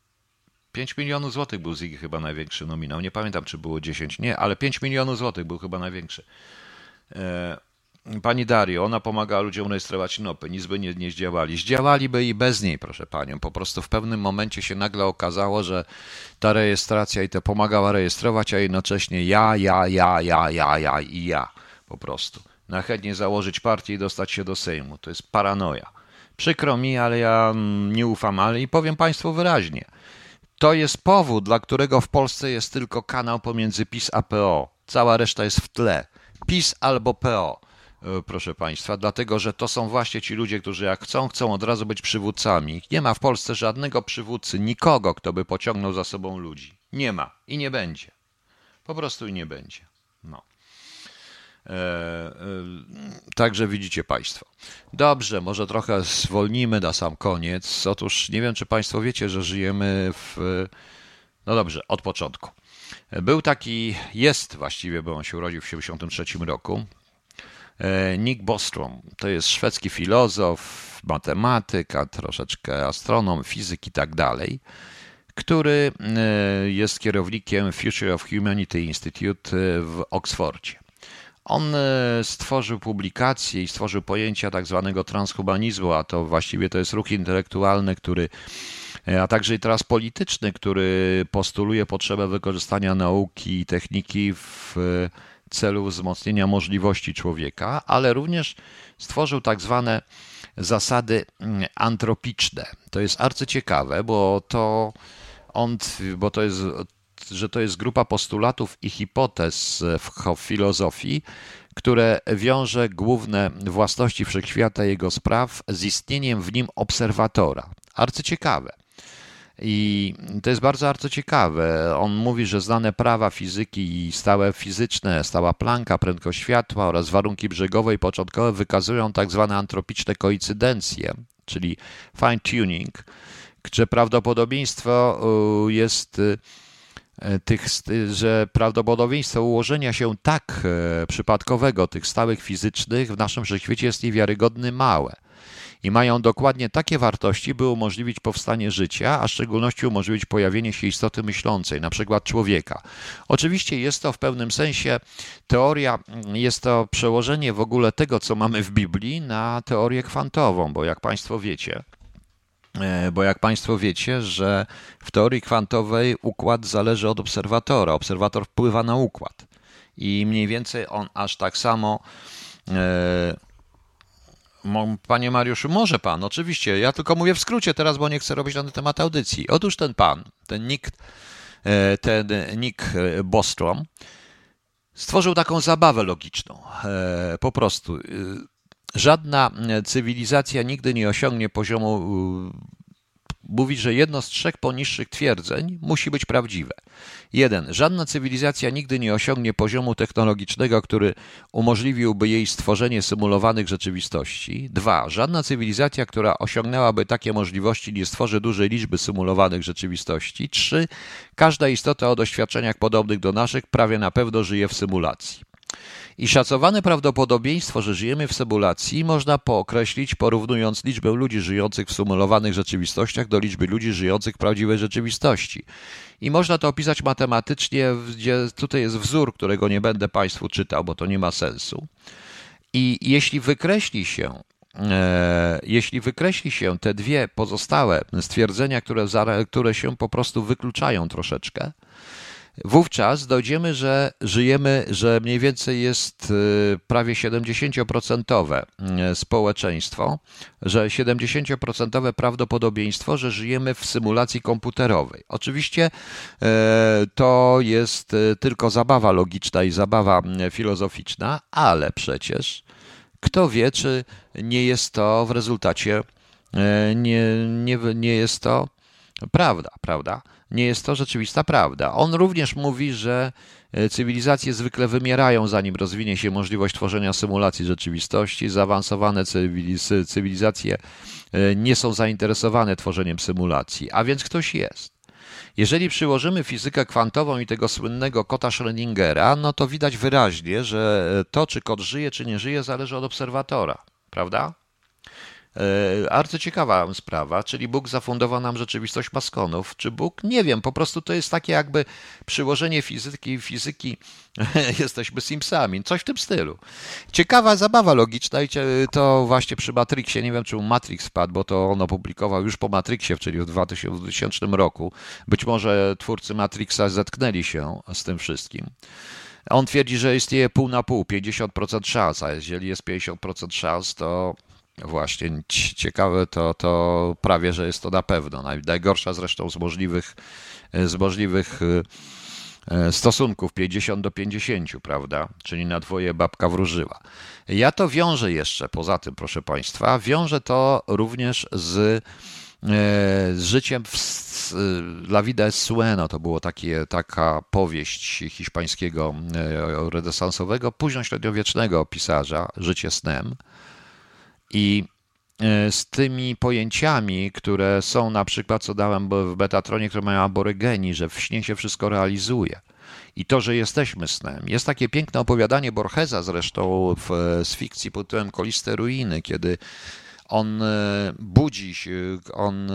pięć milionów złotych był Ziggy chyba największy nominał. Nie pamiętam, czy było dziesięć. Nie, ale pięć milionów złotych był chyba największy. E, Pani Dario, ona pomaga ludziom rejestrować nopy, nic by nie, nie zdziałali. Zdziałaliby i bez niej, proszę panią. Po prostu w pewnym momencie się nagle okazało, że ta rejestracja i to pomagała rejestrować, a jednocześnie ja, ja, ja, ja, ja, ja i ja. Po prostu. Najchętniej założyć partię i dostać się do Sejmu. To jest paranoja. Przykro mi, ale ja nie ufam, ale i powiem państwu wyraźnie. To jest powód, dla którego w Polsce jest tylko kanał pomiędzy PiS a P O. Cała reszta jest w tle. PiS albo P O. Proszę państwa, dlatego, że to są właśnie ci ludzie, którzy jak chcą, chcą od razu być przywódcami. Nie ma w Polsce żadnego przywódcy, nikogo, kto by pociągnął za sobą ludzi. Nie ma i nie będzie. Po prostu i nie będzie. No. E, e, także widzicie państwo. Dobrze, może trochę zwolnimy na sam koniec. Otóż nie wiem, czy państwo wiecie, że żyjemy w... No dobrze, od początku. Był taki, jest właściwie, bo on się urodził w tysiąc dziewięćset siedemdziesiątym trzecim roku, Nick Bostrom. To jest szwedzki filozof, matematyk, a troszeczkę astronom, fizyk i tak dalej, który jest kierownikiem Future of Humanity Institute w Oksfordzie. On stworzył publikację i stworzył pojęcia tak zwanego transhumanizmu, a to właściwie to jest ruch intelektualny, który, a także i teraz polityczny, który postuluje potrzebę wykorzystania nauki i techniki w celu wzmocnienia możliwości człowieka, ale również stworzył tak zwane zasady antropiczne. To jest arcyciekawe, bo to on, bo to jest, że to jest grupa postulatów i hipotez w filozofii, które wiąże główne własności wszechświata i jego spraw z istnieniem w nim obserwatora. Arcyciekawe. I to jest bardzo, bardzo ciekawe. On mówi, że znane prawa fizyki i stałe fizyczne, stała Plancka, prędkość światła oraz warunki brzegowe i początkowe wykazują tak zwane antropiczne koincydencje, czyli fine tuning, że prawdopodobieństwo jest tych, że prawdopodobieństwo ułożenia się tak przypadkowego tych stałych fizycznych w naszym wszechświecie jest niewiarygodnie małe. I mają dokładnie takie wartości, by umożliwić powstanie życia, a w szczególności umożliwić pojawienie się istoty myślącej, na przykład człowieka. Oczywiście jest to w pewnym sensie teoria, jest to przełożenie w ogóle tego, co mamy w Biblii, na teorię kwantową, bo jak Państwo wiecie, bo jak Państwo wiecie, że w teorii kwantowej układ zależy od obserwatora. Obserwator wpływa na układ i mniej więcej on aż tak samo... E, Panie Mariuszu, może pan, oczywiście. Ja tylko mówię w skrócie teraz, bo nie chcę robić na ten temat audycji. Otóż ten pan, ten Nick, ten Nick Bostrom stworzył taką zabawę logiczną. Po prostu. Żadna cywilizacja nigdy nie osiągnie poziomu mówi, że jedno z trzech poniższych twierdzeń musi być prawdziwe. Jeden. Żadna cywilizacja nigdy nie osiągnie poziomu technologicznego, który umożliwiłby jej stworzenie symulowanych rzeczywistości. Dwa. Żadna cywilizacja, która osiągnęłaby takie możliwości, nie stworzy dużej liczby symulowanych rzeczywistości. Trzy. Każda istota o doświadczeniach podobnych do naszych prawie na pewno żyje w symulacji. I szacowane prawdopodobieństwo, że żyjemy w symulacji, można pookreślić, porównując liczbę ludzi żyjących w symulowanych rzeczywistościach do liczby ludzi żyjących w prawdziwej rzeczywistości. I można to opisać matematycznie, gdzie tutaj jest wzór, którego nie będę Państwu czytał, bo to nie ma sensu. I jeśli wykreśli się, e, jeśli wykreśli się te dwie pozostałe stwierdzenia, które, które się po prostu wykluczają troszeczkę, wówczas dojdziemy, że żyjemy, że mniej więcej jest prawie siedemdziesięcioprocentowe społeczeństwo, że siedemdziesięcioprocentowe prawdopodobieństwo, że żyjemy w symulacji komputerowej. Oczywiście to jest tylko zabawa logiczna i zabawa filozoficzna, ale przecież kto wie, czy nie jest to w rezultacie, nie, nie, nie jest to prawda, prawda? Nie jest to rzeczywista prawda. On również mówi, że cywilizacje zwykle wymierają, zanim rozwinie się możliwość tworzenia symulacji rzeczywistości. Zaawansowane cywilizacje nie są zainteresowane tworzeniem symulacji, a więc ktoś jest. Jeżeli przyłożymy fizykę kwantową i tego słynnego kota Schrödingera, no to widać wyraźnie, że to, czy kot żyje, czy nie żyje, zależy od obserwatora, prawda? Arcyciekawa sprawa, czyli Bóg zafundował nam rzeczywistość maskonów. Czy Bóg? Nie wiem, po prostu to jest takie jakby przyłożenie fizyki, fizyki jesteśmy Simpsami, coś w tym stylu. Ciekawa zabawa logiczna i to właśnie przy Matrixie, nie wiem czy Matrix wpadł, bo to on opublikował już po Matrixie, czyli w dwutysięcznym roku. Być może twórcy Matrixa zetknęli się z tym wszystkim. On twierdzi, że istnieje pół na pół, pięćdziesiąt procent szans, a jeżeli jest pięćdziesiąt procent szans, to właśnie ciekawe, to, to prawie, że jest to na pewno. Najgorsza zresztą z możliwych, z możliwych stosunków pięćdziesiąt do pięćdziesięciu, prawda? Czyli na dwoje babka wróżyła. Ja to wiążę jeszcze, poza tym, proszę Państwa, wiążę to również z, z życiem w La Vida es Sueño. To było takie, taka powieść hiszpańskiego renesansowego, późnośredniowiecznego pisarza, Życie snem. I z tymi pojęciami, które są na przykład, co dałem w Metatronie, które mają aborygeni, że w śnie się wszystko realizuje. I to, że jesteśmy snem. Jest takie piękne opowiadanie Borgesa zresztą w, z fikcji pod tytułem Koliste Ruiny, kiedy on budzi się, on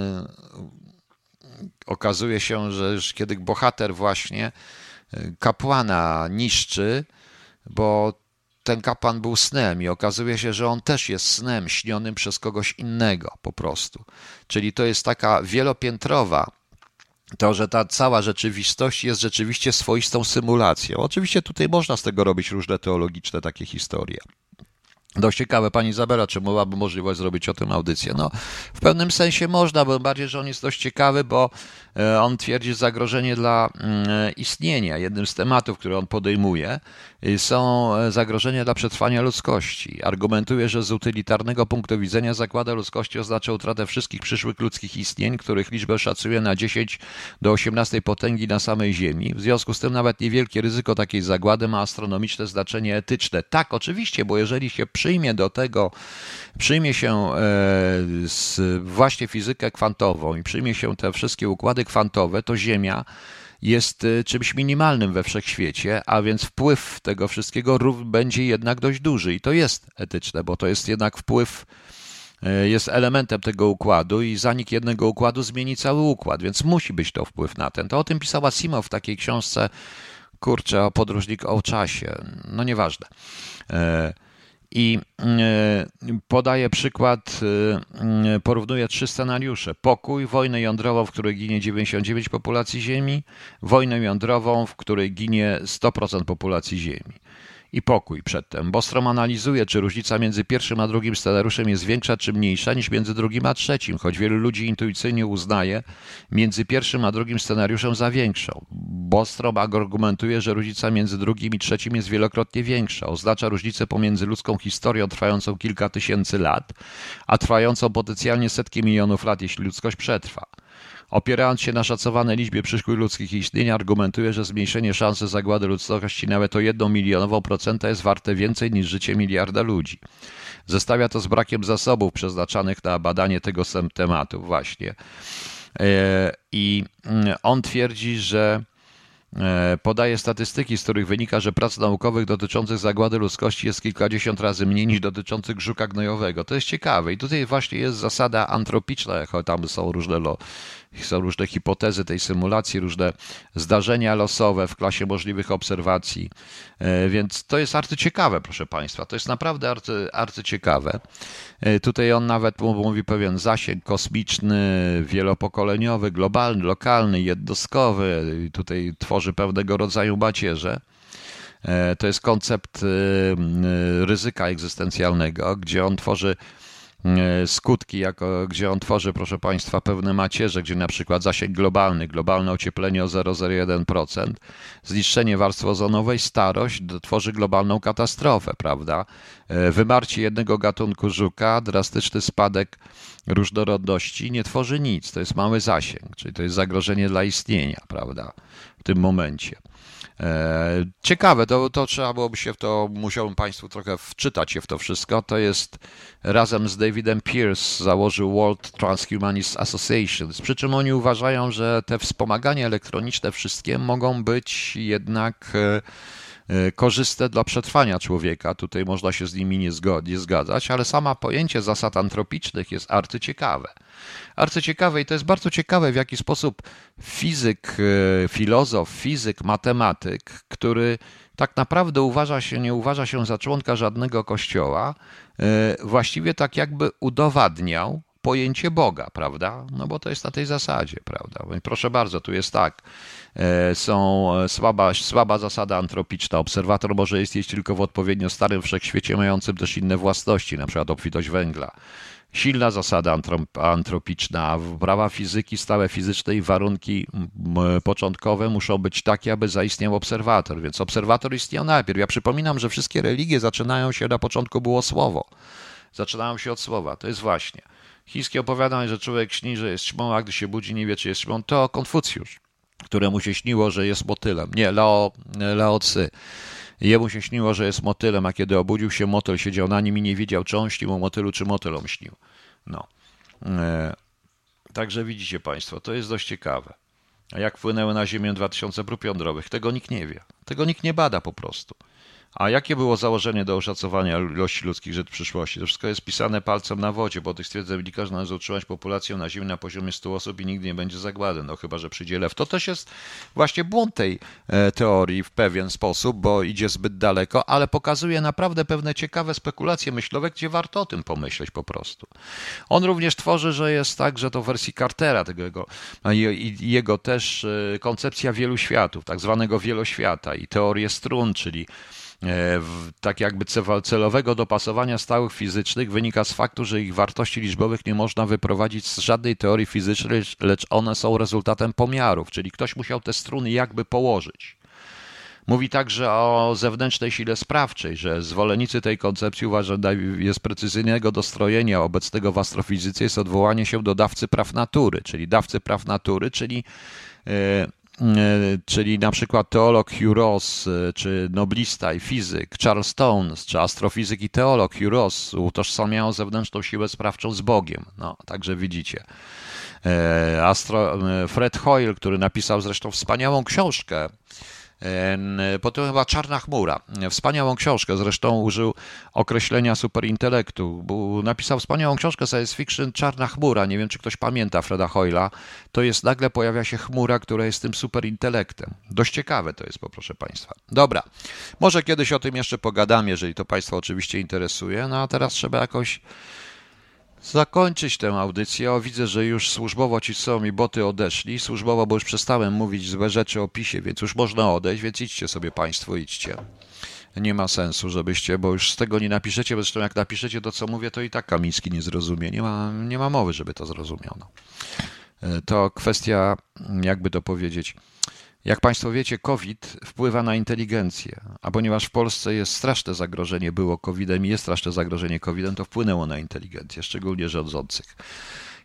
okazuje się, że kiedy bohater właśnie kapłana niszczy, bo ten kapłan był snem i okazuje się, że on też jest snem śnionym przez kogoś innego po prostu. Czyli to jest taka wielopiętrowa, to, że ta cała rzeczywistość jest rzeczywiście swoistą symulacją. Oczywiście tutaj można z tego robić różne teologiczne takie historie. Dość ciekawe, pani Izabela, czy byłaby możliwość zrobić o tym audycję? No, w pewnym sensie można, bo bardziej, że on jest dość ciekawy, bo on twierdzi zagrożenie dla istnienia. Jednym z tematów, które on podejmuje, są zagrożenia dla przetrwania ludzkości. Argumentuje, że z utylitarnego punktu widzenia zakłada ludzkości oznacza utratę wszystkich przyszłych ludzkich istnień, których liczbę szacuje na dziesięć do osiemnastej potęgi na samej Ziemi. W związku z tym nawet niewielkie ryzyko takiej zagłady ma astronomiczne znaczenie etyczne. Tak, oczywiście, bo jeżeli się przyjmie do tego, przyjmie się z właśnie fizykę kwantową i przyjmie się te wszystkie układy kwantowe, to Ziemia jest czymś minimalnym we wszechświecie, a więc wpływ tego wszystkiego będzie jednak dość duży i to jest etyczne, bo to jest jednak wpływ, jest elementem tego układu i zanik jednego układu zmieni cały układ, więc musi być to wpływ na ten. To o tym pisała Asimov w takiej książce, kurczę, o podróżnik o czasie, no nieważne. I podaje przykład, porównuje trzy scenariusze. Pokój, wojnę jądrową, w której ginie dziewięćdziesiąt dziewięć procent populacji Ziemi, wojnę jądrową, w której ginie sto procent populacji Ziemi. I pokój przedtem. Bostrom analizuje, czy różnica między pierwszym a drugim scenariuszem jest większa czy mniejsza niż między drugim a trzecim, choć wielu ludzi intuicyjnie uznaje między pierwszym a drugim scenariuszem za większą. Bostrom argumentuje, że różnica między drugim i trzecim jest wielokrotnie większa. Oznacza różnicę pomiędzy ludzką historią trwającą kilka tysięcy lat, a trwającą potencjalnie setki milionów lat, jeśli ludzkość przetrwa. Opierając się na szacowanej liczbie przyszłych ludzkich istnień, argumentuje, że zmniejszenie szansy zagłady ludzkości nawet o jedną milionową procenta jest warte więcej niż życie miliarda ludzi. Zestawia to z brakiem zasobów przeznaczanych na badanie tego tematu właśnie. I on twierdzi, że podaje statystyki, z których wynika, że prac naukowych dotyczących zagłady ludzkości jest kilkadziesiąt razy mniej niż dotyczących żuka gnojowego. To jest ciekawe i tutaj właśnie jest zasada antropiczna, jak tam są różne, są różne hipotezy tej symulacji, różne zdarzenia losowe w klasie możliwych obserwacji, więc to jest arcyciekawe, proszę Państwa, to jest naprawdę arcy, arcyciekawe. Tutaj on nawet mówi pewien zasięg kosmiczny, wielopokoleniowy, globalny, lokalny, jednostkowy, tutaj tworzy pewnego rodzaju macierze. To jest koncept ryzyka egzystencjalnego, gdzie on tworzy skutki, jako, gdzie on tworzy, proszę Państwa, pewne macierze, gdzie na przykład zasięg globalny, globalne ocieplenie o zero przecinek zero jeden procent, zniszczenie warstwy ozonowej, starość tworzy globalną katastrofę, prawda? Wymarcie jednego gatunku żuka, drastyczny spadek różnorodności nie tworzy nic, to jest mały zasięg, czyli to jest zagrożenie dla istnienia, prawda, w tym momencie. Ciekawe, to, to trzeba byłoby się w to, musiałbym Państwu trochę wczytać się w to wszystko. To jest razem z Davidem Pearce założył World Transhumanist Association, przy czym oni uważają, że te wspomagania elektroniczne wszystkie mogą być jednak korzystne dla przetrwania człowieka. Tutaj można się z nimi nie, zgod- nie zgadzać, ale samo pojęcie zasad antropicznych jest arcyciekawe. Arcyciekawe i to jest bardzo ciekawe, w jaki sposób fizyk, filozof, fizyk, matematyk, który tak naprawdę uważa się, nie uważa się za członka żadnego kościoła, właściwie tak jakby udowadniał pojęcie Boga, prawda? No bo to jest na tej zasadzie, prawda? Proszę bardzo, tu jest tak, są słaba, słaba zasada antropiczna. Obserwator może istnieć tylko w odpowiednio starym wszechświecie, mającym też inne własności, na przykład obfitość węgla. Silna zasada antropiczna, prawa fizyki, stałe fizyczne i warunki początkowe muszą być takie, aby zaistniał obserwator, więc obserwator istniał najpierw. Ja przypominam, że wszystkie religie zaczynają się, na początku było słowo. Zaczynają się od słowa, to jest właśnie. Chińskie opowiadanie, że człowiek śni, że jest ćmą, a gdy się budzi, nie wie, czy jest ćmą, to Konfucjusz, któremu się śniło, że jest motylem. Nie, Lao, Lao Tzy. Jemu się śniło, że jest motylem, a kiedy obudził się, motyl siedział na nim i nie wiedział, czy on śnił o motylu, czy motylom śnił. No. E, także widzicie Państwo, to jest dość ciekawe. A jak wpłynęły na Ziemię dwa tysiące prób jądrowych? Tego nikt nie wie. Tego nikt nie bada po prostu. A jakie było założenie do oszacowania ilości ludzkich żyć w przyszłości? To wszystko jest pisane palcem na wodzie, bo tych stwierdzeń wynika, że należy utrzymać populację na Ziemi na poziomie stu osób i nigdy nie będzie zagłady, no chyba że przyjdzie lew. To też jest właśnie błąd tej teorii w pewien sposób, bo idzie zbyt daleko, ale pokazuje naprawdę pewne ciekawe spekulacje myślowe, gdzie warto o tym pomyśleć po prostu. On również tworzy, że jest tak, że to w wersji Cartera, tego jego, i jego też koncepcja wielu światów, tak zwanego wieloświata i teorię strun, czyli tak jakby celowego dopasowania stałych fizycznych wynika z faktu, że ich wartości liczbowych nie można wyprowadzić z żadnej teorii fizycznej, lecz one są rezultatem pomiarów, czyli ktoś musiał te struny jakby położyć. Mówi także o zewnętrznej sile sprawczej, że zwolennicy tej koncepcji uważają, że jest precyzyjnego dostrojenia obecnego w astrofizyce jest odwołanie się do dawcy praw natury, czyli dawcy praw natury, czyli czyli na przykład teolog Hugh Ross, czy noblista i fizyk Charles Stone, czy astrofizyk i teolog Hugh Ross utożsamiają zewnętrzną siłę sprawczą z Bogiem. No, także widzicie. Astro, Fred Hoyle, który napisał zresztą wspaniałą książkę, potem chyba Czarna chmura. Wspaniałą książkę, zresztą użył określenia superintelektu. Bo napisał wspaniałą książkę science fiction Czarna chmura. Nie wiem, czy ktoś pamięta Freda Hoyla. To jest, nagle pojawia się chmura, która jest tym superintelektem. Dość ciekawe to jest, proszę Państwa. Dobra, może kiedyś o tym jeszcze pogadam, jeżeli to Państwa oczywiście interesuje. No a teraz trzeba jakoś zakończyć tę audycję. O, widzę, że już służbowo ci są mi boty odeszli. Służbowo, bo już przestałem mówić złe rzeczy o PiSie, więc już można odejść, więc idźcie sobie Państwo, idźcie. Nie ma sensu, żebyście, bo już z tego nie napiszecie, bo zresztą jak napiszecie to, co mówię, to i tak Kamiński nie zrozumie. Nie ma, nie ma mowy, żeby to zrozumiał. No. To kwestia, jakby to powiedzieć, jak Państwo wiecie, COVID wpływa na inteligencję, a ponieważ w Polsce jest straszne zagrożenie, było kowidem i jest straszne zagrożenie kowidem, to wpłynęło na inteligencję, szczególnie rządzących.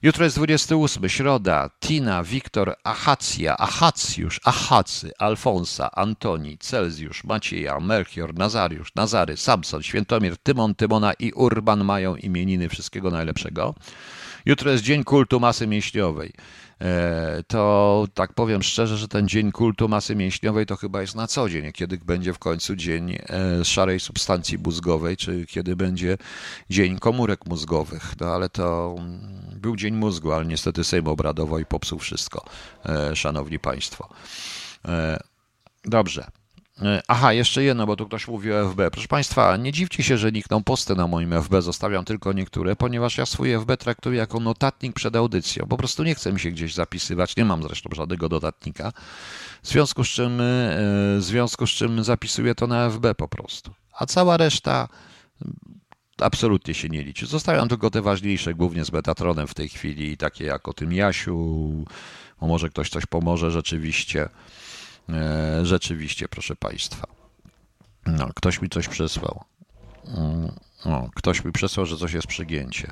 Jutro jest dwudziesty ósmy, środa. Tina, Wiktor, Achacja, Achacjusz, Achacy, Alfonsa, Antoni, Celsjusz, Macieja, Melchior, Nazariusz, Nazary, Samson, Świętomir, Tymon, Tymona i Urban mają imieniny. Wszystkiego najlepszego. Jutro jest Dzień Kultu Masy Mięśniowej. To tak powiem szczerze, że ten Dzień Kultu Masy Mięśniowej to chyba jest na co dzień, kiedy będzie w końcu Dzień Szarej Substancji Mózgowej, czy kiedy będzie Dzień Komórek Mózgowych. No ale to był Dzień Mózgu, ale niestety Sejm obradował i popsuł wszystko, szanowni państwo. Dobrze. Aha, jeszcze jedno, bo tu ktoś mówi o F B. Proszę Państwa, nie dziwcie się, że nikną posty na moim F B, zostawiam tylko niektóre, ponieważ ja swój F B traktuję jako notatnik przed audycją. Po prostu nie chcę mi się gdzieś zapisywać, nie mam zresztą żadnego notatnika, w związku z czym, w związku z czym zapisuję to na F B po prostu. A cała reszta absolutnie się nie liczy. Zostawiam tylko te ważniejsze, głównie z Metatronem w tej chwili, takie jak o tym Jasiu, bo może ktoś coś pomoże rzeczywiście. Rzeczywiście, proszę Państwa. No, ktoś mi coś przysłał. O, ktoś mi przesłał, że coś jest przygięcie.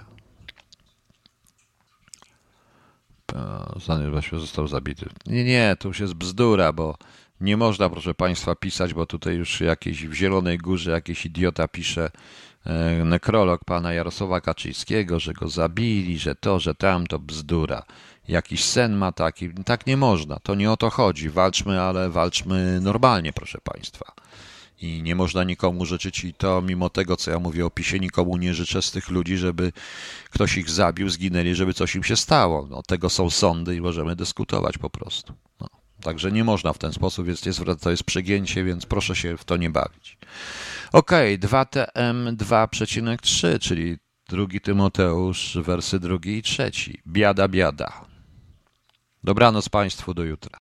Znany właśnie został zabity. Nie, nie, to już jest bzdura, bo nie można, proszę Państwa, pisać, bo tutaj już jakiś w Zielonej Górze jakiś idiota pisze nekrolog pana Jarosława Kaczyńskiego, że go zabili, że to, że tam, to bzdura. Jakiś sen ma taki, tak nie można, to nie o to chodzi, walczmy, ale walczmy normalnie, proszę Państwa. I nie można nikomu życzyć i to mimo tego, co ja mówię o PiSie, nikomu nie życzę z tych ludzi, żeby ktoś ich zabił, zginęli, żeby coś im się stało. No, tego są sądy i możemy dyskutować po prostu. No, także nie można w ten sposób, więc jest, to jest przegięcie, więc proszę się w to nie bawić. Okej, dwa T M dwa przecinek trzy, czyli drugi Tymoteusz, wersy drugi i trzeci. Biada, biada. Dobranoc Państwu, do jutra.